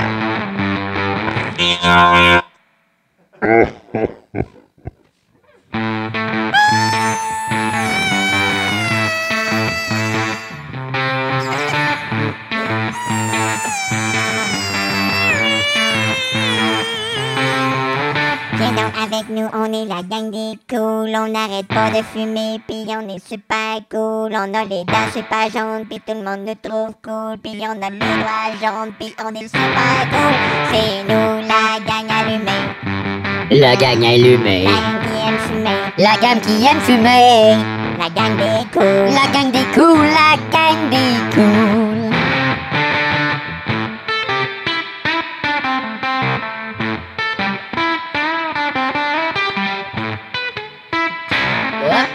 Viens donc avec nous, on est la gang des cool. On n'arrête pas de fumer, puis on est super cool. On a les dents super jaunes, puis tout le monde nous trouve cool. Puis on a les doigts jaunes, puis on est super cool. C'est nous la gang allumée. La gang allumée. La gang qui aime fumer. La gang qui aime fumer. La gang des cool. La gang des cool. La gang des cool. Ouais.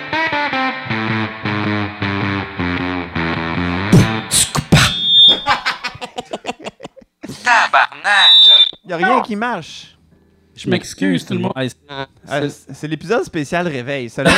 Tabarnak! Y a rien qui marche. Je m'excuse tout le monde. Hey, C'est l'épisode spécial réveil. Ça, là.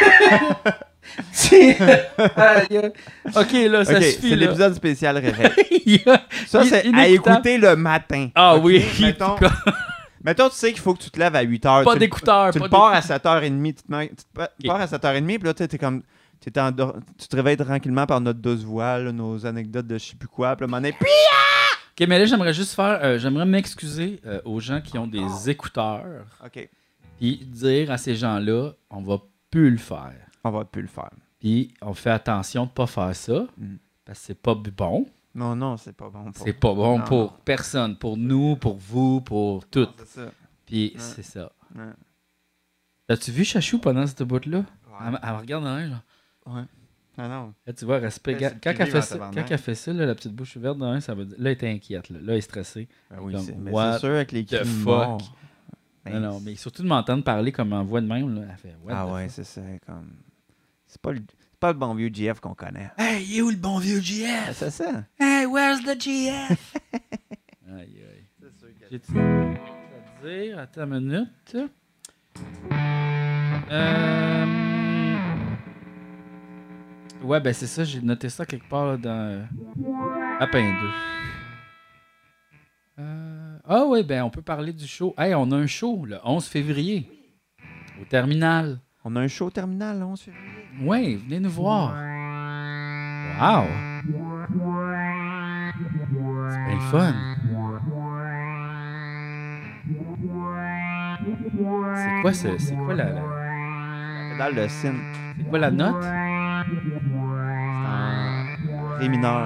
OK, là, ça Ok, suffit. c'est là. l'épisode spécial réveil. Ça, Il- c'est à inécoutable. écouter le matin. Ah Ok? oui, Mettons, tu sais qu'il faut que tu te lèves à 8h. pas d'écouteurs. Tu pas le pars à d'écouteurs. 7h30. Tu pars à 7h30, puis là, t'es comme... tu te réveilles tranquillement par notre douce voix, là, nos anecdotes de je sais plus quoi. Puis là, OK, mais là, j'aimerais juste faire... j'aimerais m'excuser aux gens qui ont des écouteurs, OK, puis dire à ces gens-là, on va plus le faire. on va plus le faire. Puis on fait attention de pas faire ça, Mm. parce que c'est pas bon. Non, c'est pas bon. C'est pas bon Non, pour non. personne. Pour nous, pour vous, pour tout. C'est ça. Puis Ouais. c'est ça. Ouais. As-tu vu Chachou pendant cette bout-là? Ouais. Elle me regarde dans l'œil, genre. Ouais. Ah non. Là, tu vois, respect. Elle s'est Quand pliée elle fait en ça, tabarnak. quand elle fait ça là, la petite bouche ouverte dans l'œil, ça veut dire. Là, elle est inquiète. Là, elle est stressée. Ben oui, Comme, mais what c'est sûr avec les the cris fuck? morts. Ben, Non, mais surtout de m'entendre parler comme en voix de même. Là, elle fait. What Ah the ouais, fuck? c'est ça. Comme... C'est pas le bon vieux GF qu'on connaît. Hey, il est où le bon vieux GF? C'est ça. Hey, where's the GF? Aïe, aïe. C'est sûr que... J'ai-tu quelque chose à dire? Attends une minute. Ouais, ben c'est ça, j'ai noté ça quelque part dans Lapin 2. Ah ouais, ben on peut parler du show. Hey, on a un show le 11 février au Terminal. On a un show au Terminal le 11 février. Ouais, venez nous voir. Wow! C'est bien le fun. C'est quoi la Pédale de Sin. c'est quoi la note? En Ré mineur.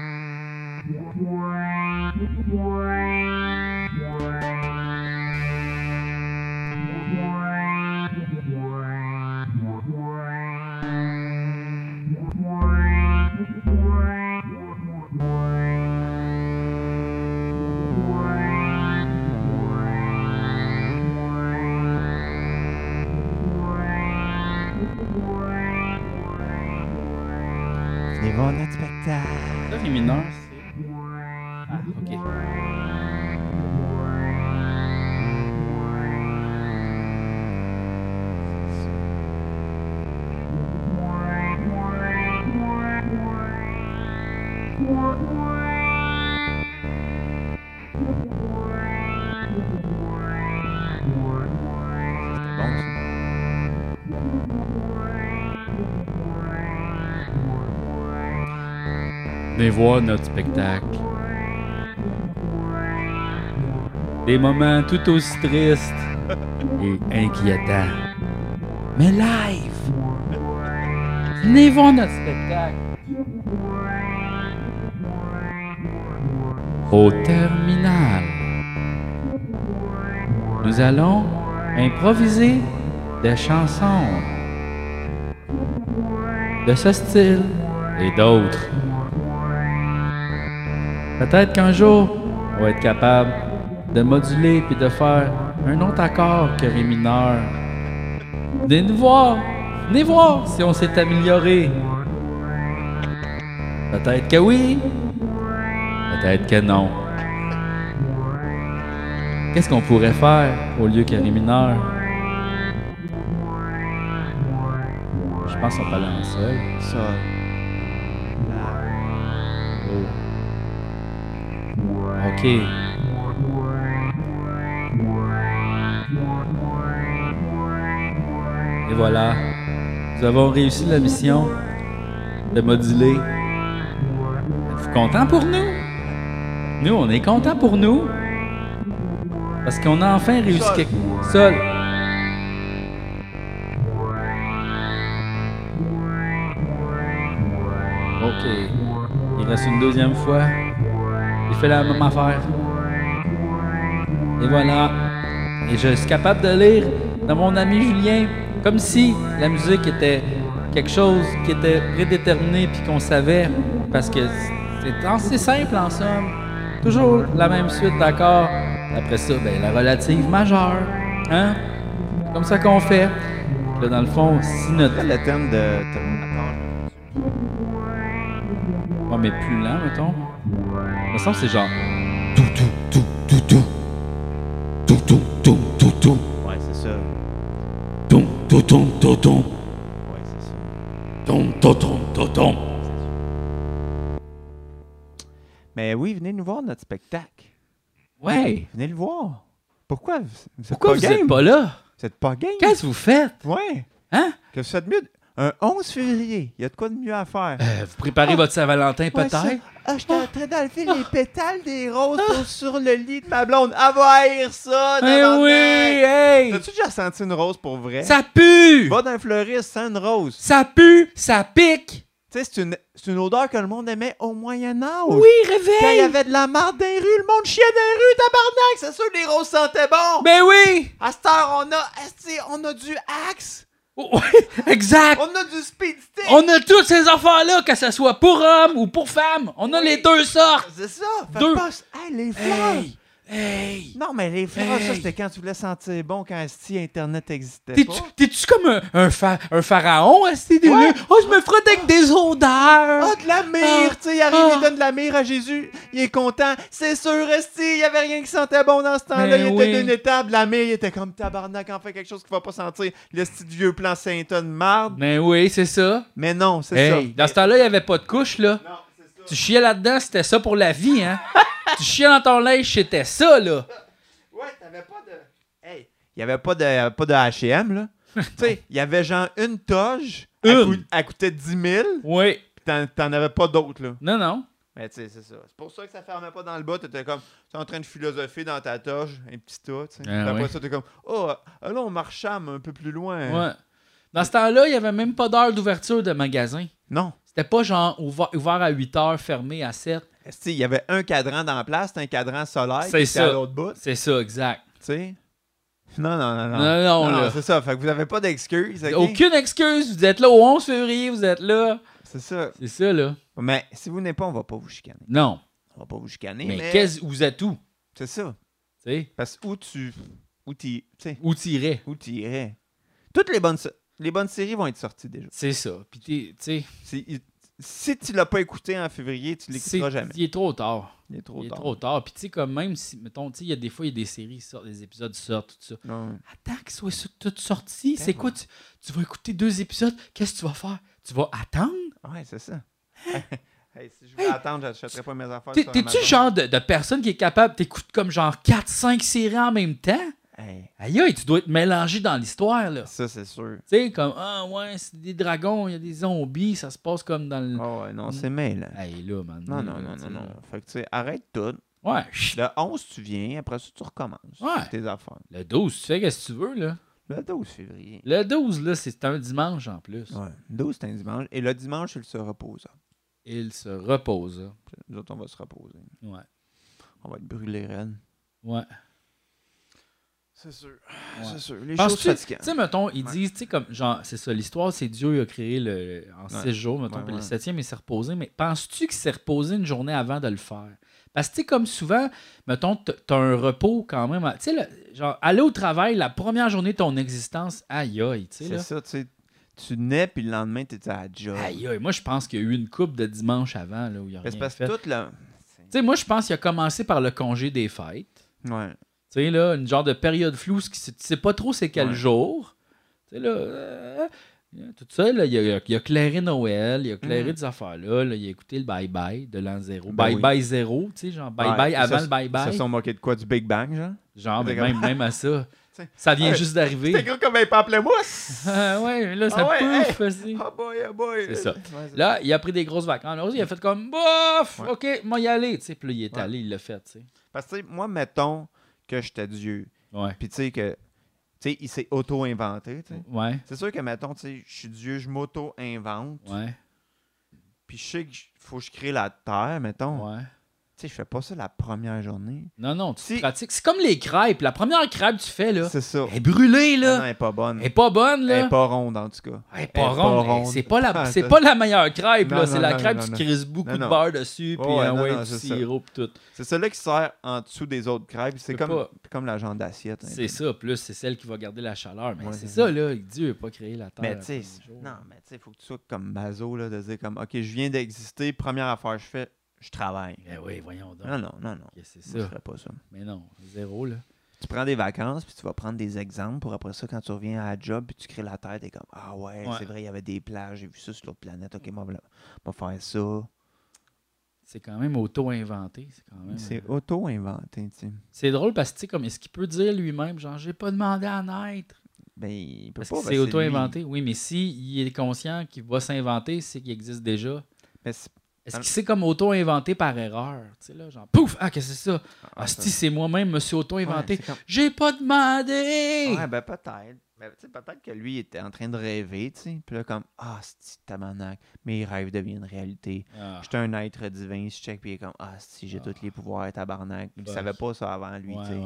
Venez voir notre spectacle. Ça, les mineurs, c'est... Ah, OK. Bon, ça. Venez voir notre spectacle. Des moments tout aussi tristes et inquiétants. Mais live! Venez voir notre spectacle. Au Terminal. Nous allons improviser des chansons de ce style et d'autres. Peut-être qu'un jour, on va être capable de moduler puis de faire un autre accord que Ré mineur. Venez voir si on s'est amélioré. Peut-être que oui, peut-être que non. Qu'est-ce qu'on pourrait faire au lieu que Ré mineur? Je pense qu'on peut aller en sol. Ça. Oh. OK. Et voilà. Nous avons réussi la mission de moduler. Êtes-vous contents pour nous? Nous, on est contents pour nous. Parce qu'on a enfin réussi Sol. quelque chose. Sol. OK. Il reste une deuxième fois. Il fait la même affaire. Et voilà. Et je suis capable de lire dans mon ami Julien comme si la musique était quelque chose qui était prédéterminé puis qu'on savait. Parce que c'est assez simple en somme. Toujours la même suite d'accords. Après ça, ben, la relative majeure. Hein? C'est comme ça qu'on fait. Là, dans le fond, si notre... C'est le thème de Terminator. Ouais, mais plus lent, mettons. De toute façon, c'est genre... Ouais, c'est ça. Ouais, c'est ça. Mais oui, venez nous voir notre spectacle. Ouais! Venez le voir. Pourquoi? Vous êtes Pourquoi pas vous game? êtes pas là? Vous êtes pas game? Qu'est-ce que vous faites? Ouais. Hein? Que vous faites mieux. Un 11 février, il y a de quoi de mieux à faire. Vous préparez votre Saint-Valentin, Ouais, peut-être? ça. Ah, j'étais en train d'enlever les pétales des roses sur le lit de ma blonde. Elle va haïr ça, Eh tabarnak. oui! Hey! T'as-tu déjà senti une rose pour vrai? Ça pue! Va d'un fleuriste sans une rose. Ça pue! Ça pique! Tu sais, c'est une odeur que le monde aimait au Moyen-Âge. Oui, Quand il y réveille! avait de la marde dans les rues, le monde chiait dans les rues, tabarnak! C'est sûr que les roses sentaient bon! Ben oui! À cette heure, on a du Axe! Oui, exact! On a du Speed Stick! On a toutes ces affaires-là, que ce soit pour hommes ou pour femmes. On a les deux sortes. C'est ça! Faites Deux. pas... Hey, les fleurs! Hey! Hey! Non, mais les phrases, ça, Hey! c'était quand tu voulais sentir bon, quand esti Internet existait T'es-tu, pas. t'es-tu comme un pharaon, esti? Ouais. Oh, je me frotte avec des odeurs! Ah, de la myrrhe! Tu sais, il arrive, il donne de la myrrhe à Jésus. Il est content. C'est sûr, esti, il y avait rien qui sentait bon dans ce temps-là. Mais Il oui. était d'une étape. La myrrhe, il était comme tabarnak, en fait quelque chose qu'il va pas sentir. Le style vieux plan Saint-Anne marde. Ben oui, c'est ça. Mais non, c'est Hey, ça. dans ce temps-là, il n'y avait pas de couche, là. Non, c'est ça. Tu chiais là-dedans, c'était ça pour la vie, hein? Tu chiais dans ton linge, c'était ça, là. Ouais, t'avais pas de. Hey, il y avait pas de H&M, là. Tu sais, il y avait genre une toge. Une. Elle coûtait 10 000. Oui. Puis t'en avais pas d'autres, là. Non, non. Mais tu sais, c'est ça. C'est pour ça que ça fermait pas dans le bas. T'étais comme, t'es en train de philosopher dans ta toge, un petit tas, tu sais. Ah, Puis après ouais. ça, t'es comme, oh, là, on marchame un peu plus loin. Ouais. Dans ce temps-là, il n'y avait même pas d'heure d'ouverture de magasin. Non. C'était pas genre ouvert à 8 heures, fermé à 7. Esti, il y avait un cadran dans la place, c'était un cadran solaire. C'est qui ça. était à l'autre bout, tu C'est ça, exact. sais. Non. Non, là. c'est ça. Fait que vous avez pas d'excuses. ok? Aucune excuse. Vous êtes là au 11 février, vous êtes là. C'est ça. C'est ça, là. Mais si vous n'êtes pas, on va pas vous chicaner. Non. On va pas vous chicaner, Mais mais vous êtes où? c'est ça. Tu sais? Parce que où Où t'irais? tu irais. Toutes les bonnes séries vont être sorties déjà. C'est ça. Puis tu sais, Si tu l'as pas écouté en février, tu l'écouteras jamais. il est trop tard. Il est trop Il est tard. trop tard. Puis tu sais, comme même si, mettons, tu sais, il y a des fois, il y a des séries qui sortent, des épisodes qui sortent, tout ça. Non. Attends qu'ils soient tous sortis. C'est quoi? Tu vas écouter 2 épisodes. Qu'est-ce que tu vas faire? Tu vas attendre? Ouais, c'est ça. Hey, si je voulais attendre, j'achèterais pas mes affaires. T'es-tu sur le Amazon. genre de personne qui est capable d'écouter comme genre 4-5 séries en même temps? Hey, Aïe, aïe, tu dois être mélangé dans l'histoire, là. ça, c'est sûr. Tu sais, comme, ah ouais, c'est des dragons, il y a des zombies, ça se passe comme dans le... Oh, ouais, non, c'est mêlant. Hey, là, man. Non. tu sais. Fait que, tu sais, arrête tout. Ouais, Le 11, tu viens. Après ça, tu recommences. Ouais. Tes affaires. le 12, tu fais ce que tu veux, là. Le 12 février. Le 12, là, c'est un dimanche en plus. Ouais. Le 12, c'est un dimanche. Et le dimanche, il se repose. Il se repose. Là. Nous autres, on va se reposer. Ouais. On va être brûlés, raides. Ouais. C'est sûr. Ouais. C'est sûr. Les choses Penses-tu, tu fatigantes. sais, mettons, ils disent, tu sais, comme, genre, c'est ça, l'histoire, c'est Dieu a créé en 6 jours, mettons, Ouais, puis ouais. le 7e, il s'est reposé, mais penses-tu qu'il s'est reposé une journée avant de le faire? Parce que, tu sais, comme souvent, mettons, t'as un repos quand même, tu sais, genre, aller au travail, la première journée de ton existence, aïe, aïe, tu sais, C'est là. ça, tu sais. Tu nais, puis le lendemain, t'étais à la job. Aïe, aïe, moi, je pense qu'il y a eu une coupe de dimanche avant, là, où il y a Mais rien c'est parce fait. que Tu tout le... sais, moi, je pense qu'il a commencé par le congé des fêtes. Ouais. Tu sais, là, une genre de période floue, tu sais pas trop c'est quel Ouais. jour. Tu sais, là, tout ça, là, il a clairé Noël, il a clairé des affaires-là, là, il a écouté le bye-bye de l'an zéro. Ben Bye-bye zéro, tu sais, genre bye-bye Ouais, avant ça, le bye-bye. Ils se sont moqués de quoi? Du Big Bang, genre? Genre, mais C'est comme- même à ça. T'sais, Ça vient ouais, juste C'était d'arriver. gros comme un pamplemousse! Ah ouais, là, ça Ah ouais, pouffe hey! aussi. Oh boy, oh boy! C'est ça. Ouais, c'est Là, il a pris des grosses vacances. Là, il a fait comme, bof, Ouais. OK, moi y aller. Tu sais, puis là, il est Ouais. allé, il l'a fait, tu sais. Parce que, tu sais, moi, mettons que j'étais Dieu, Ouais. puis tu sais que... Tu sais, il s'est auto-inventé, tu sais. Ouais, C'est sûr que, mettons, tu sais, je suis Dieu, je m'auto-invente, ouais, puis je sais qu'il faut que je crée la terre, mettons. ouais. Tu sais, je fais pas ça la première journée. Non, non, tu Si- pratiques. C'est comme les crêpes. La première crêpe que tu fais, là, C'est ça. elle est brûlée, Ah là. non, elle est pas bonne. Elle est pas bonne, Elle là. est pas ronde, en tout cas. Elle est pas ronde. C'est pas, Ah, c'est ça- pas la meilleure crêpe, Non, là. non, C'est la non, crêpe, non, tu non. crises beaucoup Non, de non. beurre dessus, puis Ouais, non, ouais, non, du c'est ça. sirop, puis tout. C'est celle-là qui sert en dessous des autres crêpes. C'est peux pas. comme la genre d'assiette. un C'est peu. ça, plus c'est celle qui va garder la chaleur. Mais Ouais, c'est c'est ça, ça. là. Dieu n'a pas créé la terre. Mais en tu sais, 3 jours. non, mais tu sais, faut que tu sois comme Mazo, là, de dire comme, OK, je viens d'exister, première affaire que je fais, je travaille. Mais oui, voyons donc. Non. Ok, c'est Moi, je ça. ferais pas ça. Mais non, zéro, là. Tu prends des vacances, puis tu vas prendre des exemples pour après ça, quand tu reviens à la job, puis tu crées la terre, t'es comme, ah ouais, Ouais. c'est vrai, il y avait des plages, j'ai vu ça sur l'autre planète, OK, moi, on va faire ça. C'est quand même auto-inventé. C'est quand même. C'est auto-inventé, tu sais. C'est drôle parce que, tu sais, comme, est-ce qu'il peut dire lui-même, genre, j'ai pas demandé à naître? Ben, il peut Parce pas. que parce c'est lui. auto-inventé. Oui, mais s'il est conscient qu'il va s'inventer, c'est qu'il existe déjà. Mais c'est- Est-ce qu'il s'est comme auto-inventé par erreur? Tu sais, là, genre, pouf! Ah, qu'est-ce que c'est ça? Ah, ça- si c'est moi-même, me suis auto-inventé. Ouais, c'est comme- J'ai pas demandé! Ouais, ben peut-être. Ben, tu sais, peut-être que lui, il était en train de rêver, tu sais. Puis là, comme, ah, c'est tabarnak, mes rêves deviennent réalité. Ah, J'étais un être divin, je check, puis il est comme, ah, si j'ai tous les pouvoirs, tabarnak. Il Ouais. savait pas ça avant lui, ouais, tu sais. ouais.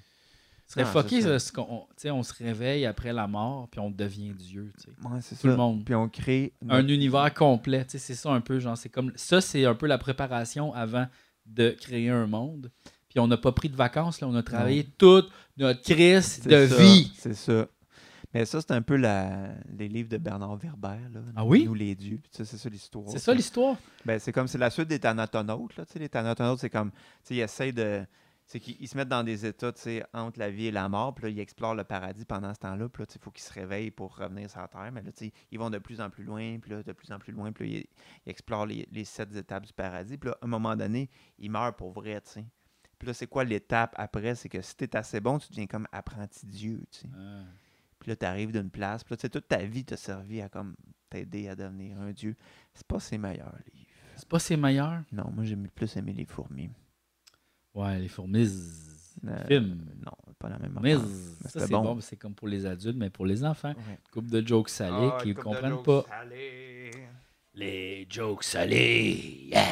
Ce serait Non, fucké, c'est ça. ça, ce qu'on- tu sais, on se réveille après la mort, puis on devient Dieu, tu sais. Ouais, c'est Tout le ça. monde. Puis on crée. Un univers complet, tu sais, c'est ça un peu, genre, c'est comme, ça, c'est un peu la préparation avant de créer un monde. Puis on n'a pas pris de vacances, là. On a travaillé toute notre crise de ça, vie. C'est ça. Mais ça, c'est un peu les livres de Bernard Werber. Là, Ah oui? Nous les dieux. Puis ça, c'est ça l'histoire. C'est ça l'histoire? Ben, c'est comme c'est la suite des Thanatonautes. Là, les Thanatonautes, c'est comme. Ils essayent de. C'est qu'ils se mettent dans des états entre la vie et la mort. Puis là, ils explorent le paradis pendant ce temps-là. Puis là, il faut qu'ils se réveillent pour revenir sur la Terre. Mais là, ils vont de plus en plus loin. Puis là, de plus en plus loin. Puis là, ils explorent les 7 étapes du paradis. Puis là, à un moment donné, ils meurent pour vrai. T'sais. Puis là, c'est quoi l'étape après? C'est que si tu es assez bon, tu deviens comme apprenti Dieu. Puis là, tu arrives d'une place. Puis là, toute ta vie t'a servi à comme t'aider à devenir un Dieu. C'est pas ses meilleurs livres. C'est pas ses meilleurs? Non, moi, j'ai plus aimé Les Fourmis. Ouais, les fourmis. Film. Non, pas la même Mais affaire. ça, c'est bon. C'est comme pour les adultes, mais pour les enfants. Ouais. Couple de jokes salés qui ne comprennent pas. Les jokes salés. Yeah!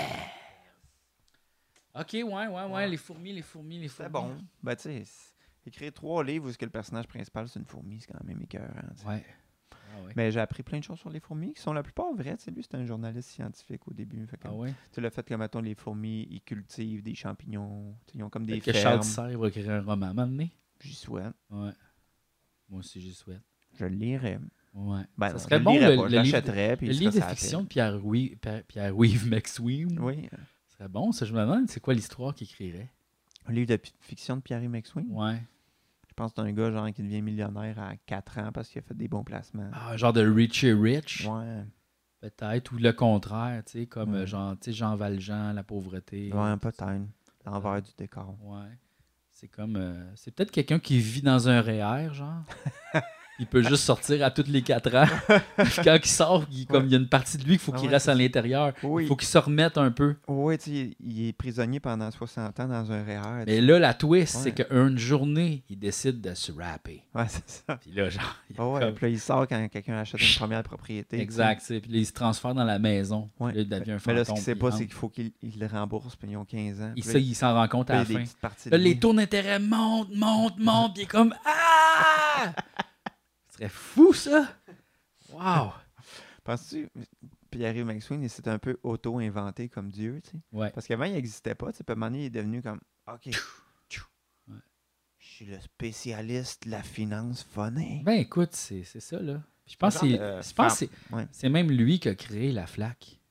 OK, ouais. Les fourmis. C'est bon. Ben, tu sais, écrire 3 livres où est-ce que le personnage principal, c'est une fourmi, c'est quand même écœurant. Ouais. Mais j'ai appris plein de choses sur les fourmis qui sont la plupart vraies. Lui, c'est un journaliste scientifique au début. Fait que, le fait que, mettons, les fourmis, ils cultivent des champignons. Ils ont comme des fermes. Que Charles Serre va écrire un roman à un moment donné. J'y souhaite. Ouais. Moi aussi, j'y souhaite. Je le lirais. Ouais. Ben, ça serait bon, le livre de fiction de Pierre-Yves McSween. Oui. Ce serait bon, ça. Je me demande, c'est quoi l'histoire qu'il écrirait? Un livre de fiction de Pierre-Yves McSween? Ouais. Je pense que c'est un gars genre qui devient millionnaire à 4 ans parce qu'il a fait des bons placements. Ah, genre de Richie Rich? Ouais. Peut-être, ou le contraire, tu sais, comme genre, tu sais, Jean Valjean, la pauvreté. Ouais, peut-être. L'envers du décor. Ouais. C'est comme... c'est peut-être quelqu'un qui vit dans un REER, genre. Il peut juste sortir à tous les 4 ans. Puis quand il sort, il y a une partie de lui qu'il faut qu'il reste à l'intérieur. Oui. Il faut qu'il se remette un peu. Oui, tu sais, il est prisonnier pendant 60 ans dans un REER. Mais là, la twist, c'est qu'une journée, il décide de se rapper. Ouais, c'est ça. Puis là, genre... Puis là, il sort quand quelqu'un achète une première propriété. Exact. Puis là, il se transfère dans la maison. Ouais. Là, il devient un fantôme. Mais là, ce qu'il sait pas, c'est qu'il faut qu'il le rembourse, puis ils ont 15 ans. Il s'en rend compte à la fin. Là, les taux d'intérêt montent, puis il est comme... Ah! Ce serait fou, ça! Wow! Penses-tu, Pierre-Yves McSween, il s'est un peu auto-inventé comme Dieu, tu sais? Ouais. Parce qu'avant, il n'existait pas, tu sais. Puis à un moment donné, il est devenu comme, OK, je suis le spécialiste de la finance phonée. Ben écoute, c'est ça, là. Je pense que c'est même lui qui a créé la flaque.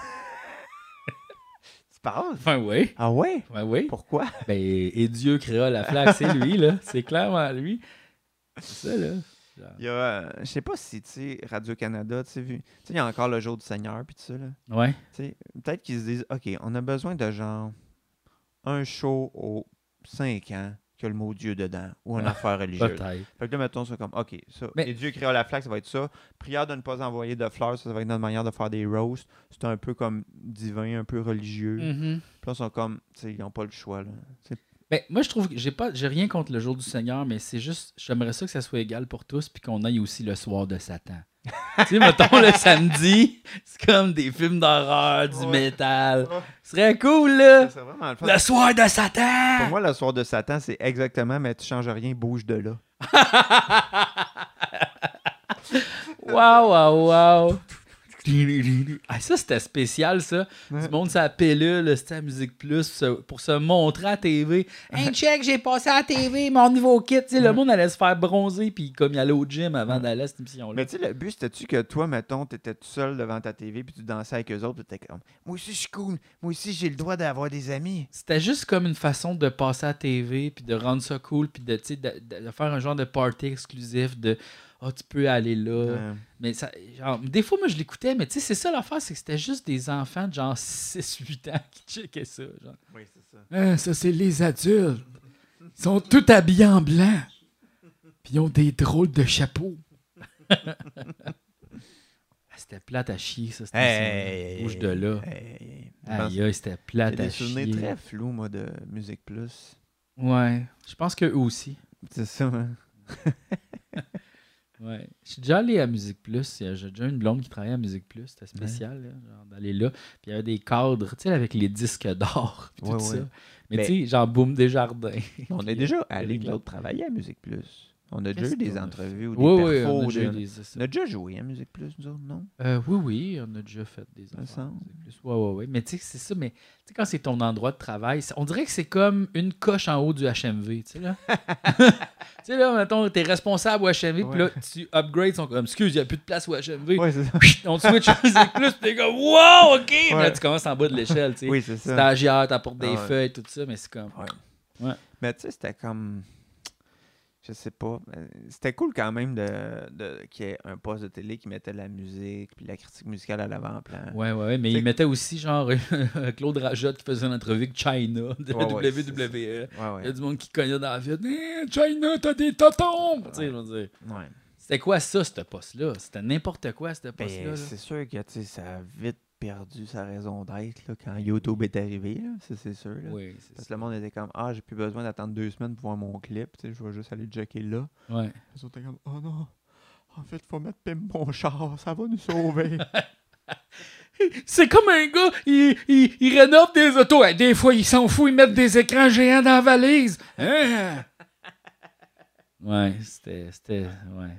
Tu parles? Enfin, oui. Ah ouais? Ouais, oui. Pourquoi? Ben, et Dieu créa la flaque, c'est lui, là. C'est clairement lui. C'est ça, là. Il y a, je sais pas si, tu sais, Radio-Canada, tu sais, il y a encore le jour du Seigneur, puis tout ça, là. Ouais. Tu sais, peut-être qu'ils se disent, OK, on a besoin de genre un show aux 5 ans qui a le mot Dieu dedans, ou une affaire religieuse. Peut-être. Fait que là, mettons ça comme, OK, ça. Mais... Et Dieu créa la flaque, ça va être ça. Prière de ne pas envoyer de fleurs, ça va être notre manière de faire des roasts. C'est un peu comme divin, un peu religieux. Mm-hmm. Puis là, ils sont comme, tu sais, ils n'ont pas le choix, là. Ben, moi, je trouve que j'ai rien contre le jour du Seigneur, mais c'est juste, j'aimerais ça que ça soit égal pour tous, puis qu'on aille aussi le soir de Satan. Tu sais, mettons, le samedi, c'est comme des films d'horreur, du métal. Ce serait cool, là! C'est vraiment le fun. Le soir de Satan! Pour moi, le soir de Satan, c'est exactement, mais tu changes rien, bouge de là. Wow! Ah, ça, c'était spécial, ça. Ouais. Du monde, ça pilule, c'était à Musique Plus pour se montrer à la TV. Hey, check, j'ai passé à la TV, mon nouveau kit. Tu sais, le monde allait se faire bronzer, puis comme il allait au gym avant d'aller à cette émission-là. Mais tu sais, le but, c'était-tu que toi, mettons, t'étais tout seul devant ta TV, puis tu dansais avec eux autres, puis t'étais comme, moi aussi, je suis cool. Moi aussi, j'ai le droit d'avoir des amis. C'était juste comme une façon de passer à la TV, puis de rendre ça cool, puis de faire un genre de party exclusif de... Ah, tu peux aller là. Mais ça, genre, des fois, moi, je l'écoutais, mais tu sais, c'est ça l'affaire, c'est que c'était juste des enfants de genre 6-8 ans qui checkaient ça. Genre. Oui, c'est ça. Ça, c'est les adultes. Ils sont tous habillés en blanc. Puis ils ont des drôles de chapeaux. C'était plate à chier, ça. C'était bouge de là. Aïe, c'était plate à chier. J'ai des souvenirs très flous, moi, de Musique Plus. Ouais, je pense qu'eux aussi. C'est ça, hein? Ouais. Je suis déjà allé à Musique Plus. J'ai déjà une blonde qui travaillait à Musique Plus. C'était spécial, là, genre d'aller là. Puis il y avait des cadres, tu sais, avec les disques d'or. Ça. Mais tu sais, genre Boom Desjardins. On est déjà allé, Claude, travailler à Musique Plus. On a déjà eu des entrevues ou des Oui, oui, perfos on a déjà eu de- des... c'est ça. On a déjà joué à Musique Plus, nous autres, non? Oui, oui, on a déjà fait des me affaires. semble. C'est plus. Ouais, ouais, ouais. Mais tu sais, c'est ça, mais tu sais, quand c'est ton endroit de travail, on dirait que c'est comme une coche en haut du HMV, tu sais, là. Tu sais, là, mettons, t'es responsable au HMV, puis là, tu upgrades, ils sont comme, excuse, il n'y a plus de place au HMV. Ouais, c'est ça. On te switch à Musique Plus, puis t'es comme, wow, OK! Puis là, tu commences en bas de l'échelle, tu sais. Oui, c'est ça. Stagiaire, t'apportes des Ah ouais. feuilles, tout ça, mais c'est comme... Ouais. Ouais. Mais tu sais, c'était comme... Je sais pas. C'était cool quand même qu'il y ait un poste de télé qui mettait la musique puis la critique musicale à l'avant-plan. Ouais, ouais, mais T'sais- il mettait aussi, genre, Claude Rajotte qui faisait une entrevue avec China de Ouais, ouais, WWE. c'est Il y a Ouais. du monde qui cognait dans la ville. China, t'as des totons! Tu sais, je veux dire. Ouais. C'était quoi ça, ce poste-là? C'était n'importe quoi, ce poste-là. Ben, là. c'est sûr que tu sais, ça a vite perdu sa raison d'être là, quand YouTube est arrivé. Là. Ça, c'est sûr. Là. Oui, c'est Parce que ça. le monde était comme j'ai plus besoin d'attendre 2 semaines pour voir mon clip. Tu sais, je vais juste aller checker là. Ouais. Les autres étaient comme oh non, en fait, faut mettre Pim mon char, ça va nous sauver. C'est comme un gars, il rénove des autos. Hey, des fois, il s'en fout, ils mettent des écrans géants dans la valise. Hein? Ouais, c'était. Ouais.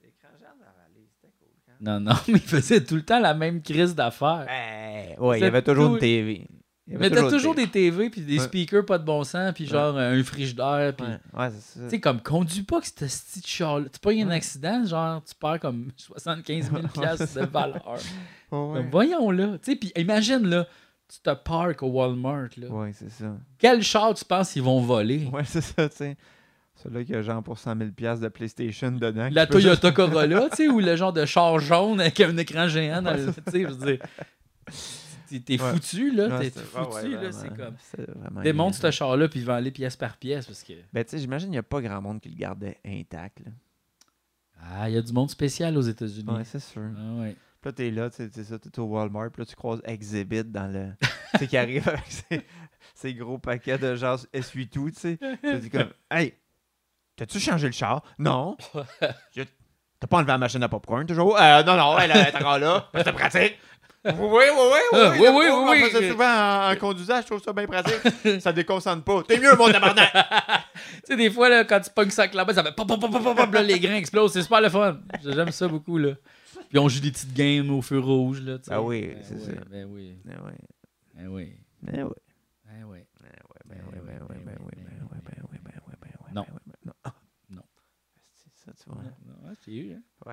Non, non, mais il faisait tout le temps la même crise d'affaires. Ouais, il y avait toujours une TV. Il mettait toujours des TV puis des Ouais. speakers pas de bon sens puis genre un frigidaire puis Ouais, c'est ça. tu sais comme conduis pas que ce petit char là, tu pas eu un accident genre tu perds comme 75 000 piastres de valeur. Ouais. Comme, voyons là, tu sais puis imagine là, tu te parques au Walmart là. Ouais, c'est ça. Quel char tu penses qu'ils vont voler? Ouais, c'est ça, tu sais. Celui-là qui a genre pour 100 000 piastres de PlayStation dedans. La qui peut Toyota Corolla, tu sais, ou le genre de char jaune avec un écran géant dans le, tu sais, je veux dire. T'es Ouais. foutu, là. Ouais, T'es c'est- foutu, ouais, là. vraiment. C'est comme. C'est vraiment Démonte niaiseux. ce char-là, puis vends-les pièce par pièce, parce que. Ben, tu sais, j'imagine qu'il n'y a pas grand monde qui le gardait intact, là. Ah, il y a du monde spécial aux États-Unis. Ouais, c'est sûr. Ah, ouais. Puis là, t'es là, tu sais, c'est ça, t'es au Walmart, puis là, tu croises Exhibit dans le... tu sais, qui arrive avec ses gros paquets de genre essuie-tout, tu sais. Tu dis comme, hey, t'as-tu changé le char? Non. T'as pas enlevé la machine à popcorn, toujours? Non, elle est encore là. C'est pratique. Oui. Oui. On fait ça souvent en conduisant, je trouve ça bien pratique. Ça déconcentre pas. T'es mieux, mon tabarnak. Tu sais, des fois, là, quand tu pognes ça avec la bas ça fait pop, pop, pop, pop, pop, là, les grains explosent. C'est super le fun. J'aime ça beaucoup, là. Puis on joue des petites games au feu rouge, là. Tu sais. Ah oui, c'est ça. Ben oui. Ben oui. Ben oui. Ben oui. Ben oui. Non. Non. C'est ça, tu vois. Ouais, c'est eu, hein. Ouais.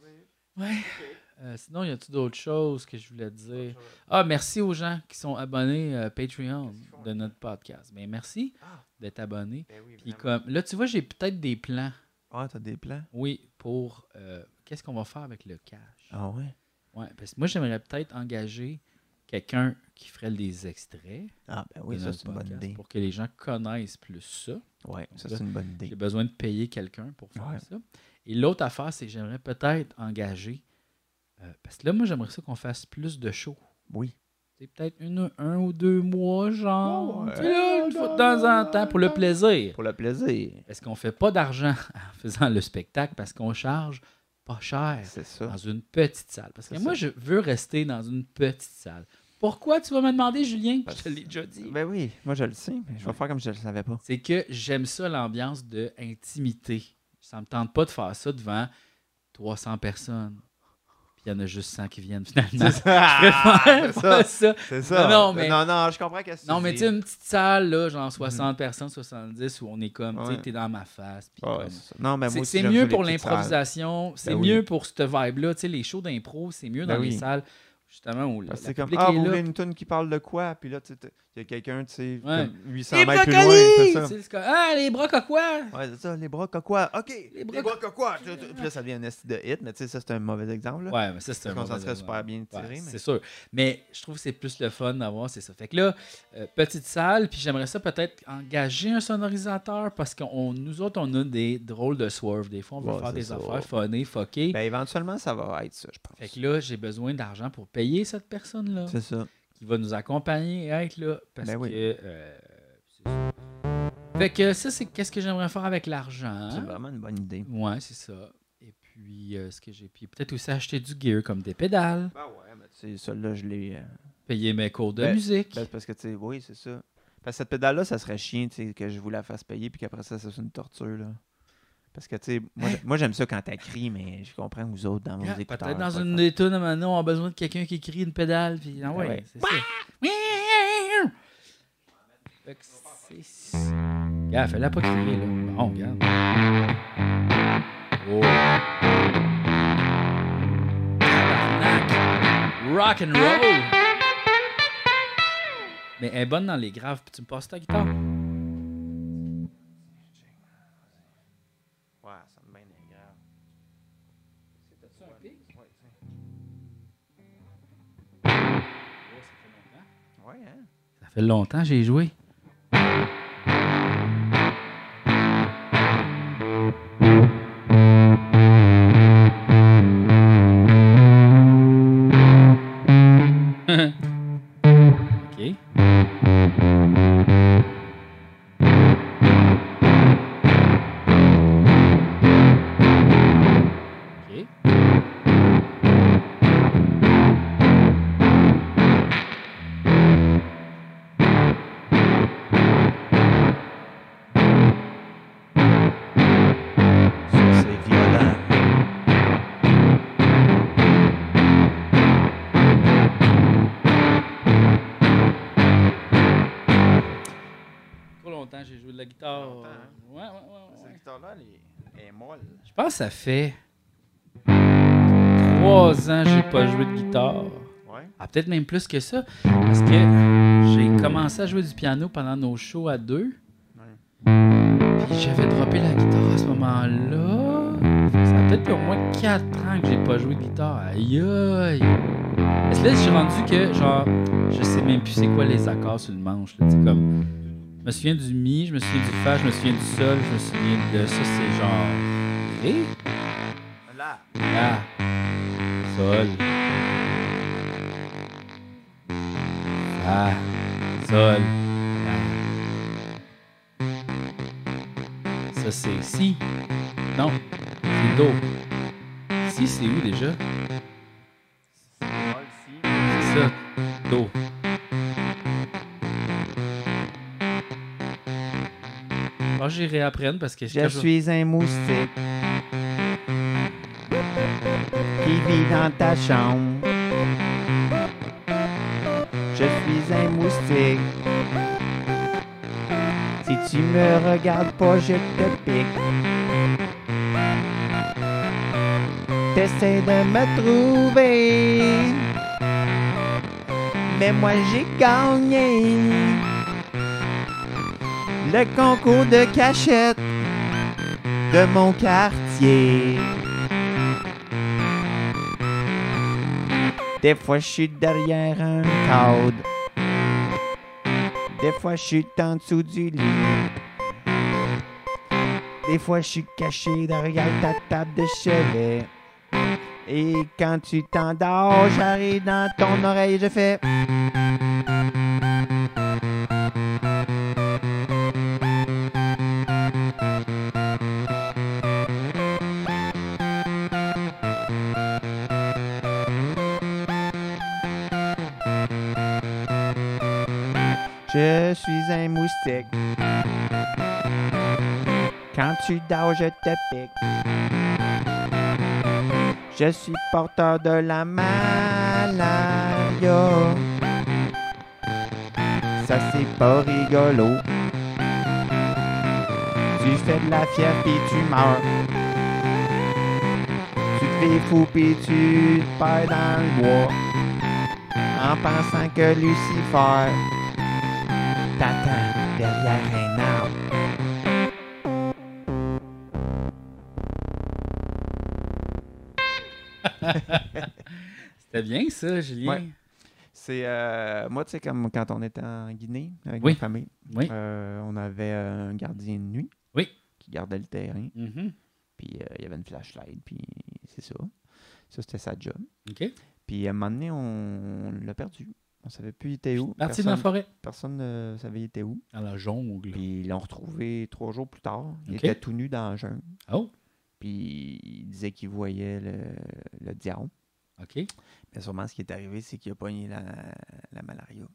Ouais. Sinon, y a-tu d'autres choses que je voulais te dire? Ah, merci aux gens qui sont abonnés Patreon de notre podcast. Mais merci d'être abonnés. Puis comme là, tu vois, j'ai peut-être des plans. Ah, t'as des plans? Oui, pour qu'est-ce qu'on va faire avec le cash. Ah ouais? Ouais, parce que moi, j'aimerais peut-être engager quelqu'un qui ferait des extraits Ah ben oui, de ça notre c'est une bonne podcast idée. pour que les gens connaissent plus ça. Ouais, ça là, c'est une bonne idée. J'ai besoin de payer quelqu'un pour faire Ouais. ça. Et l'autre affaire, c'est que j'aimerais peut-être engager. Parce que là, moi, j'aimerais ça qu'on fasse plus de shows. Oui. C'est peut-être un ou 2 mois, genre. Oh, ouais. Tu sais, là, une fois de temps en temps, pour le plaisir. Pour le plaisir. Parce qu'on fait pas d'argent en faisant le spectacle parce qu'on charge pas cher C'est ça. dans une petite salle. Parce que C'est moi, ça. je veux rester dans une petite salle. Pourquoi tu vas me demander, Julien? Parce- Je te l'ai déjà dit. Ben oui, moi je le sais, mais je vais faire comme je le savais pas. C'est que j'aime ça, l'ambiance de intimité. Ça me tente pas de faire ça devant 300 personnes. Puis il y en a juste 100 qui viennent finalement. C'est ça. Faire faire ça. C'est ça. Non, mais- non, je comprends qu'est-ce que Non, tu mais dis. tu sais, une petite salle, là, genre 60 personnes, 70, où on est comme, tu sais, Ouais. t'es dans ma face. Puis Ouais, comme- c'est ça. Non, mais moi c'est aussi, c'est j'aime mieux ça, pour les petites l'improvisation, c'est Ben oui. mieux pour cette vibe-là. Tu sais, les shows d'impro, c'est mieux Ben dans les oui. salles, justement, où salles. Parce que la c'est comme, public vous est voulez là. une tune qui parle de quoi? Puis là, tu sais, il y a quelqu'un, tu sais, Ouais. comme 800 Les mètres plus loin, brocolis! c'est ça. C'est comme, ah, les bras quoi? Ouais, c'est ça, les bras quoi? OK, les bras bras quoi? Puis là, ça devient un esti de hit, mais tu sais, ça, c'est un mauvais exemple, là. Ouais, mais ça, c'est un Parce qu'on s'en mauvais serait super bien exemple. tiré, Ouais, mais- c'est sûr. Mais je trouve que c'est plus le fun d'avoir, c'est ça. Fait que là, petite salle, puis j'aimerais ça peut-être engager un sonorisateur parce que nous autres, on a des drôles de swerve. Des fois, on veut Ouais, faire c'est des ça. affaires funnées, fuckées. Ben, éventuellement, ça va être ça, je pense. Fait que là, j'ai besoin d'argent pour payer cette personne-là C'est ça. qui va nous accompagner et être là. Parce Ben oui. que. C'est ça. Fait que ça, c'est qu'est-ce que j'aimerais faire avec l'argent. C'est vraiment une bonne idée. Ouais, c'est ça. Et puis, ce que j'ai. Puis peut-être aussi acheter du gear comme des pédales, Ben ouais, mais tu sais, celle-là, je l'ai... payer mes cours de Ben, musique. Ben, c'est parce que, tu sais, oui, c'est ça. Parce que cette pédale-là, ça serait chiant, tu sais, que je vous la fasse payer, puis qu'après ça, c'est une torture, là. Parce que, tu sais, moi, j'aime ça quand t'écris, mais je comprends vous autres dans vos écouteurs. Peut-être dans pas une le des tunes, maintenant, on a besoin de quelqu'un qui crie une pédale. Puis, ah ouais, ouais. c'est ça. Fait que c'est... Regarde, fais-la pas crier, là. Bon, regarde. Oh. Tabarnak. Rock and roll. Mais elle est bonne dans les graves. Puis tu me passes ta guitare? Ouais, ça me bien grave. C'était-tu un pic? Ouais, Oh, ça fait longtemps. ouais, hein? Ça fait longtemps que j'ai joué. OK. OK. Ça, c'est violent. Trop longtemps que j'ai joué de la guitare. Longtemps, hein? Ouais. Cette guitare-là, elle est molle. Je pense que ça fait 3 ans que j'ai pas joué de guitare. Ouais. Ah, peut-être même plus que ça. Parce que j'ai commencé à jouer du piano pendant nos shows à 2. Puis j'avais droppé la guitare à ce moment-là. Fait que ça a peut-être fait au moins 4 ans que j'ai pas joué de guitare. Aïe aïe! Parce que là, je suis rendu que, genre, je sais même plus c'est quoi les accords sur le manche. Là, comme, je me souviens du mi, je me souviens du fa, je me souviens du sol, je me souviens de ça, c'est genre ré, Là. la, sol, fa, sol, la. Ça, c'est si. Non, c'est do. Si, c'est où déjà? C'est molle, si. C'est ça, do. Alors, j'y réapprenne parce que Je suis un moustique qui vit dans ta chambre. Je suis un moustique. Si tu me regardes pas, je te pique. T'essaies de me trouver, mais moi j'ai gagné le concours de cachette de mon quartier. Des fois je suis derrière un cadre, des fois je suis en dessous du lit, des fois je suis caché derrière ta table de chevet. Et quand tu t'endors, j'arrive dans ton oreille, je fais... Je suis un moustique. Quand tu dors, je te pique. Je suis porteur de la malaria. Ça, c'est pas rigolo. Tu fais de la fièvre puis tu meurs. Tu te fais fou puis tu te perds dans le bois. En pensant que Lucifer t'attend derrière un arbre. C'était bien ça, Julien. Ouais. C'est moi, tu sais, comme quand on était en Guinée avec Oui. ma famille, Oui. on avait un gardien de nuit Oui. qui gardait le terrain. Mhm. Puis il y avait une flashlight, puis c'est ça. Ça, c'était sa job. OK. Puis à un moment donné, on l'a perdu. On savait plus il était où. Parti dans la forêt. Personne ne savait il était où. Dans la jungle. Puis ils l'ont retrouvé 3 jours plus tard. Il OK. était tout nu dans la jungle. Oh, Puis il disait qu'il voyait le diable. OK. Mais sûrement, ce qui est arrivé, c'est qu'il a pogné la malaria.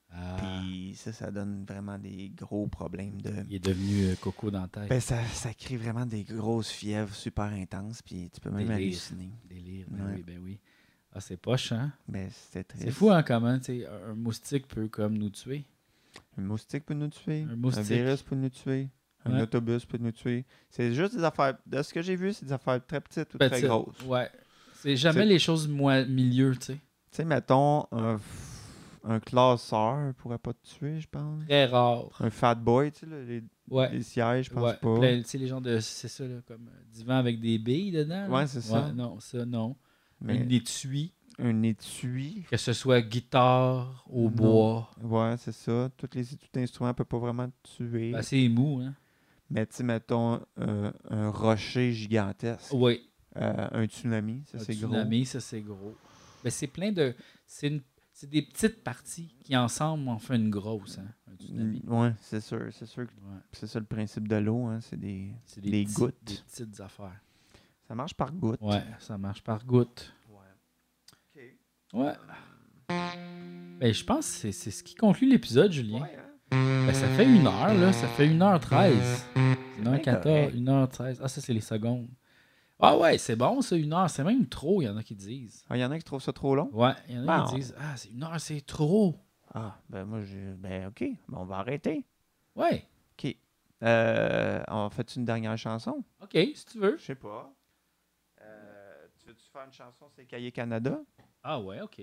Ah, Puis ça donne vraiment des gros problèmes de... il est devenu coco dans la tête. Ben, ça crée vraiment des grosses fièvres super intenses, puis tu peux même Délire. halluciner. Délire, Ouais. ben oui. Ah, c'est poche, hein? Ben, c'était triste. C'est fou, hein, comment, tu sais, un moustique peut comme nous tuer. Un moustique peut nous tuer. Un moustique. virus peut nous tuer. Un Ouais. autobus peut nous tuer. C'est juste des affaires... De ce que j'ai vu, c'est des affaires très petites ou très Petite. grosses. Ouais. C'est jamais C'est- les choses milieu, tu sais. Tu sais, mettons, un classeur pourrait pas te tuer, je pense. Très rare. Un fat boy, tu sais, là, Ouais. les sièges, je pense Ouais. pas. Tu sais, les gens de. C'est ça, là, comme divan avec des billes dedans. là. Ouais, c'est ça. Non, ça, non. Mais Un étui, un étui, que ce soit guitare au Non. bois. ouais, c'est ça. Tout instrument peut pas vraiment te tuer. Ben, c'est mou, hein. Mais tu sais, mettons, un rocher gigantesque. Oui. Un tsunami, ça Un c'est gros. tsunami, ça, c'est gros. Ben, c'est plein de. C'est des petites parties qui, ensemble, en font une grosse, hein, un tsunami. Ouais, c'est sûr. C'est sûr que Ouais. c'est ça le principe de l'eau, hein, c'est des C'est gouttes. Des petites affaires. Ça marche par gouttes. Ouais, ça marche par goutte. Ouais. Ben, je pense que c'est ce qui conclut l'épisode, Julien. Ben, ça fait 1 heure, là. Ça fait 1h13. 1h14, correct. 1h13. Ah, ça, c'est les secondes. Ah ouais, c'est bon, ça, 1 heure. C'est même trop, il y en a qui disent. Il y en a qui trouvent ça trop long. Ouais, il y en a qui Bon. disent, ah, c'est 1 heure, c'est trop. Ah, ben moi, ben ok, ben, on va arrêter. Ouais, Ok. On fait une dernière chanson? OK, si tu veux. Je sais pas. Tu veux-tu faire une chanson, c'est Cahiers Canada? Ah ouais, OK.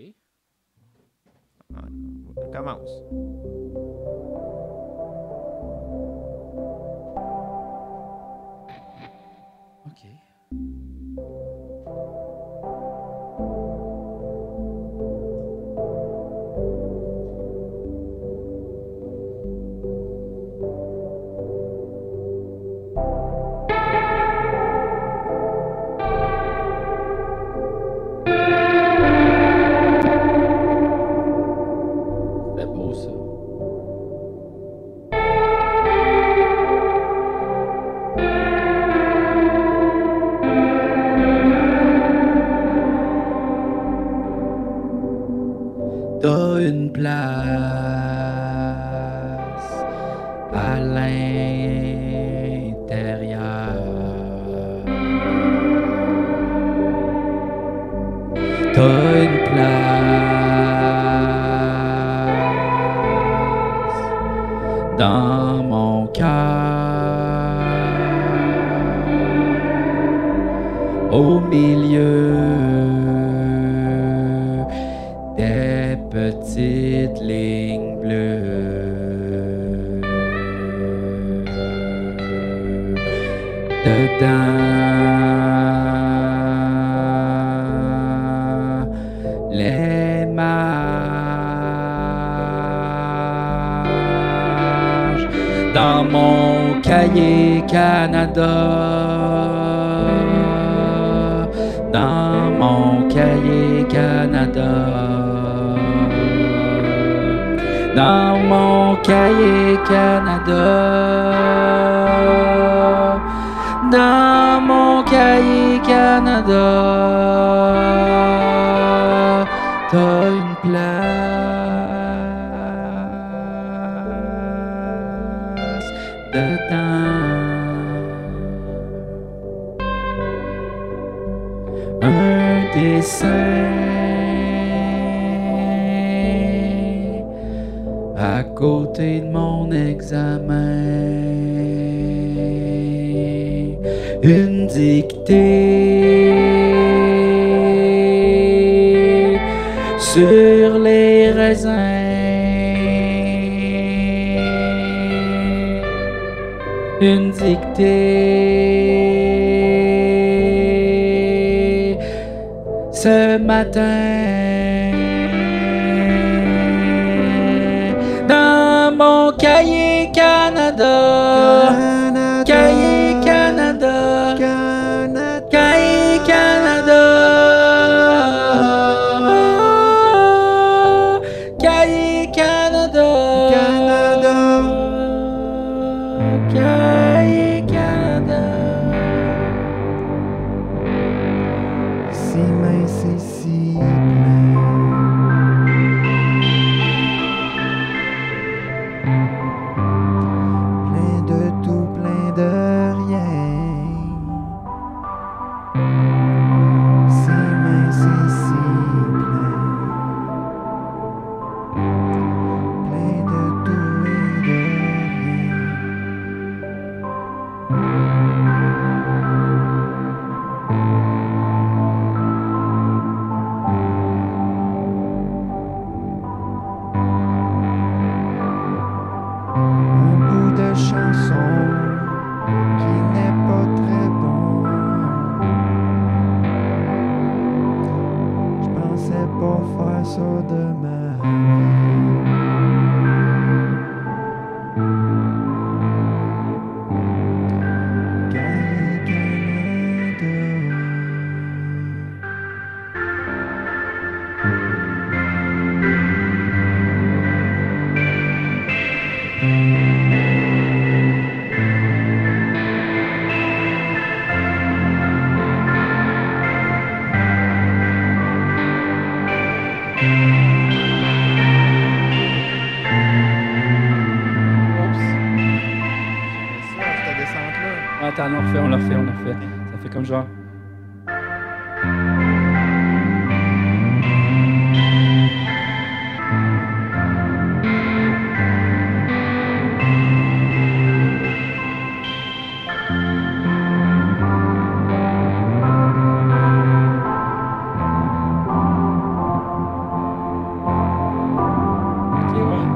On commence. OK. C'est beau, ça. T'as une place à l'intérieur. T'as une place dans mon cœur, au milieu des petites lignes bleues. Dedans les marges, dans mon cahier Canada, dans mon cahier Canada, dans mon cahier Canada, dans mon cahier Canada, t'as une place dedans. Un dessin à côté de mon examen, une dictée sur les raisins, une dictée ce matin dans mon cahier Canada, cahier Canada, cahier Canada, cahier Canada, cahier Canada. Si mince et si plein. morceau de ma vie. Attends, on l'a refait. Ça fait comme genre. Ok, ouais.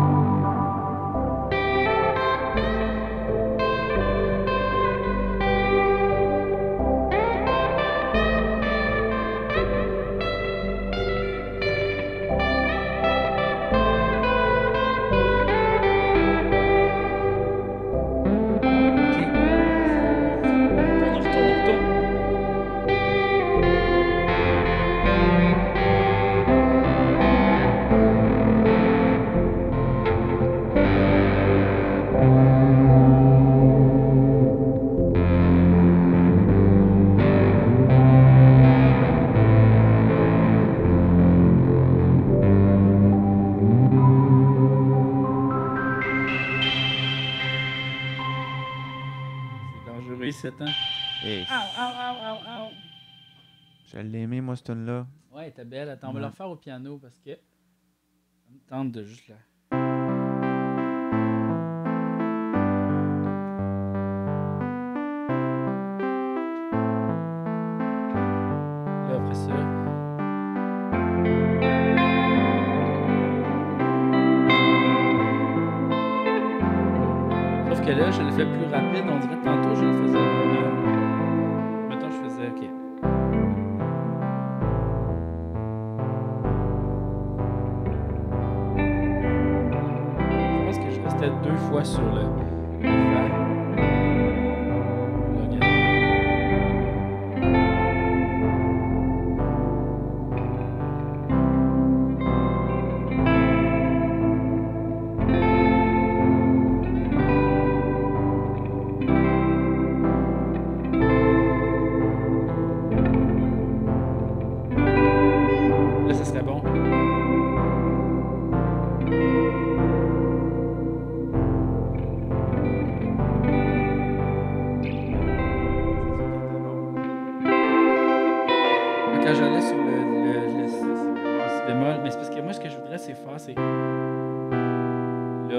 On retourne. C'est dangereux, 7 ans. Hey, Ow. je l'ai aimé, moi, cette tune-là. Ouais, t'es belle. Attends, on va Ouais. le refaire au piano parce que ça me tente de juste là. Là, après ça. Sauf que là, je le fais plus rapide. On dirait que tantôt, je le faisais. Mettons, je faisais. Ok. Je pense que je restais 2 fois sur le fa. Là, regarde. Là, ça serait bon. Quand j'allais sur le si bémol, mais c'est parce que moi, ce que je voudrais, c'est faire, c'est. Là.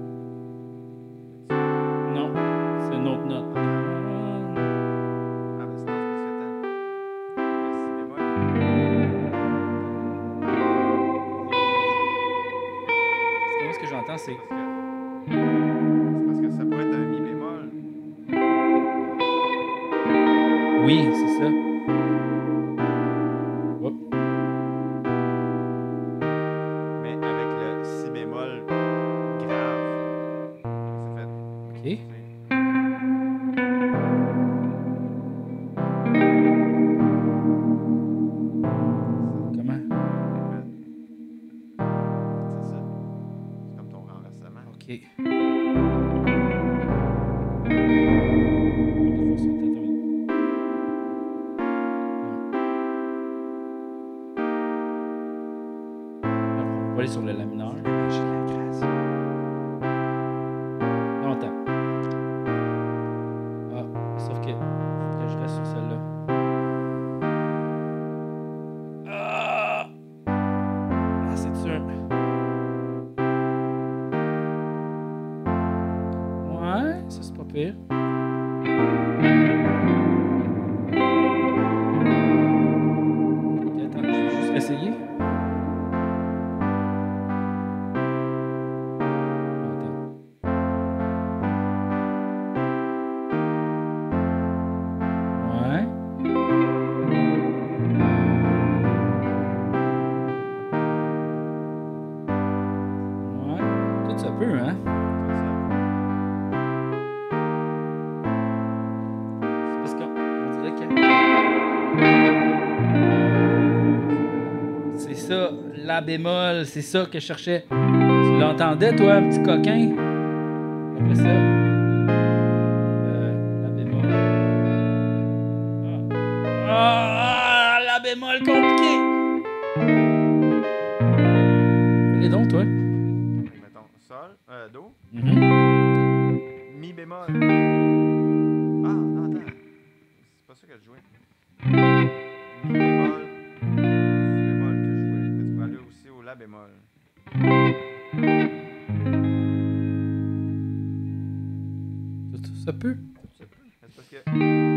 Non, c'est une autre note. Ah, mais sinon, c'est parce que t'as. Le si bémol. Parce que moi, ce que j'entends, c'est. C'est parce que ça pourrait être un mi bémol. Oui, c'est ça. Hop. Mais avec le si bémol grave. Ça fait. Ok. Comment? C'est ça. C'est comme ton renversement. Ok. Je vais sauter, attends. On va aller sur le la mineur. J'ai de la création. Non, attends. Ah, sauf que je reste sur celle-là. Ah! Ah, c'est sûr. Ouais, ça c'est pas pire. Ok, attends, je vais juste essayer. Attends. Ouais. peu, hein? C'est parce qu'on dirait que... C'est ça, la bémol, c'est ça que je cherchais. Tu l'entendais, toi, un petit coquin? Après ça... la bémol. La bémol compliquée! Allez donc, toi. Mettons sol, do, Mhm. mi bémol. Ah, non, attends. C'est pas ça que je jouais. Mi bémol, si bémol que je jouais. Mais tu peux aller aussi au la bémol. Ça peut. C'est parce que.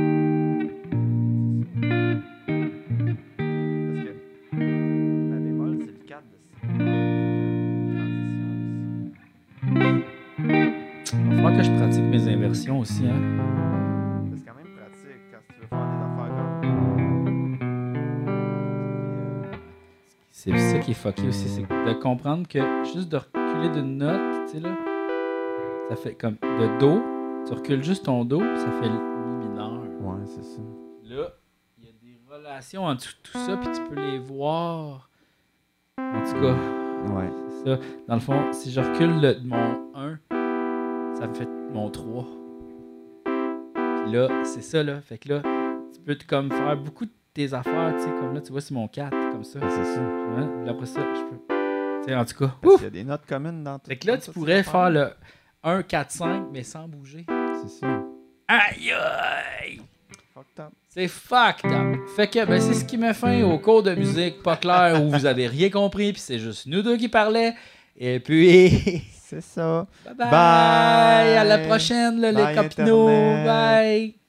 La bémol, c'est le 4 de si. Transition Il va falloir que je pratique mes inversions aussi, hein? aussi. C'est quand même pratique quand tu veux faire des affaires comme. C'est ça qui est fucké aussi, c'est de comprendre que juste de reculer d'une note, tu sais là, ça fait comme de do, tu recules juste ton do, ça fait le mi mineur. Ouais, c'est ça. Là, il y a des relations en dessous de tout ça, puis tu peux les voir. En tout cas, Ouais. c'est ça. Dans le fond, si je recule mon 1, ça me fait mon 3. Puis là, c'est ça là. Fait que là, tu peux comme faire beaucoup de tes affaires, tu sais, comme là, tu vois, c'est mon 4, comme ça. C'est ça. Hein? Puis après ça, je peux. Tu sais, en tout cas. Parce Ouf! qu'il y a des notes communes dans tout. Fait que là, tu pourrais faire le 1, 4, 5, mais sans bouger. C'est ça. Aïe aïe! Fucked up. C'est fucked up. Fait que ben, c'est ce qui met fin au cours de musique pas clair où vous avez rien compris, puis c'est juste nous deux qui parlaient. Et puis, C'est ça. bye bye! Bye. À la prochaine, là, les Bye, copinots! Internet. Bye!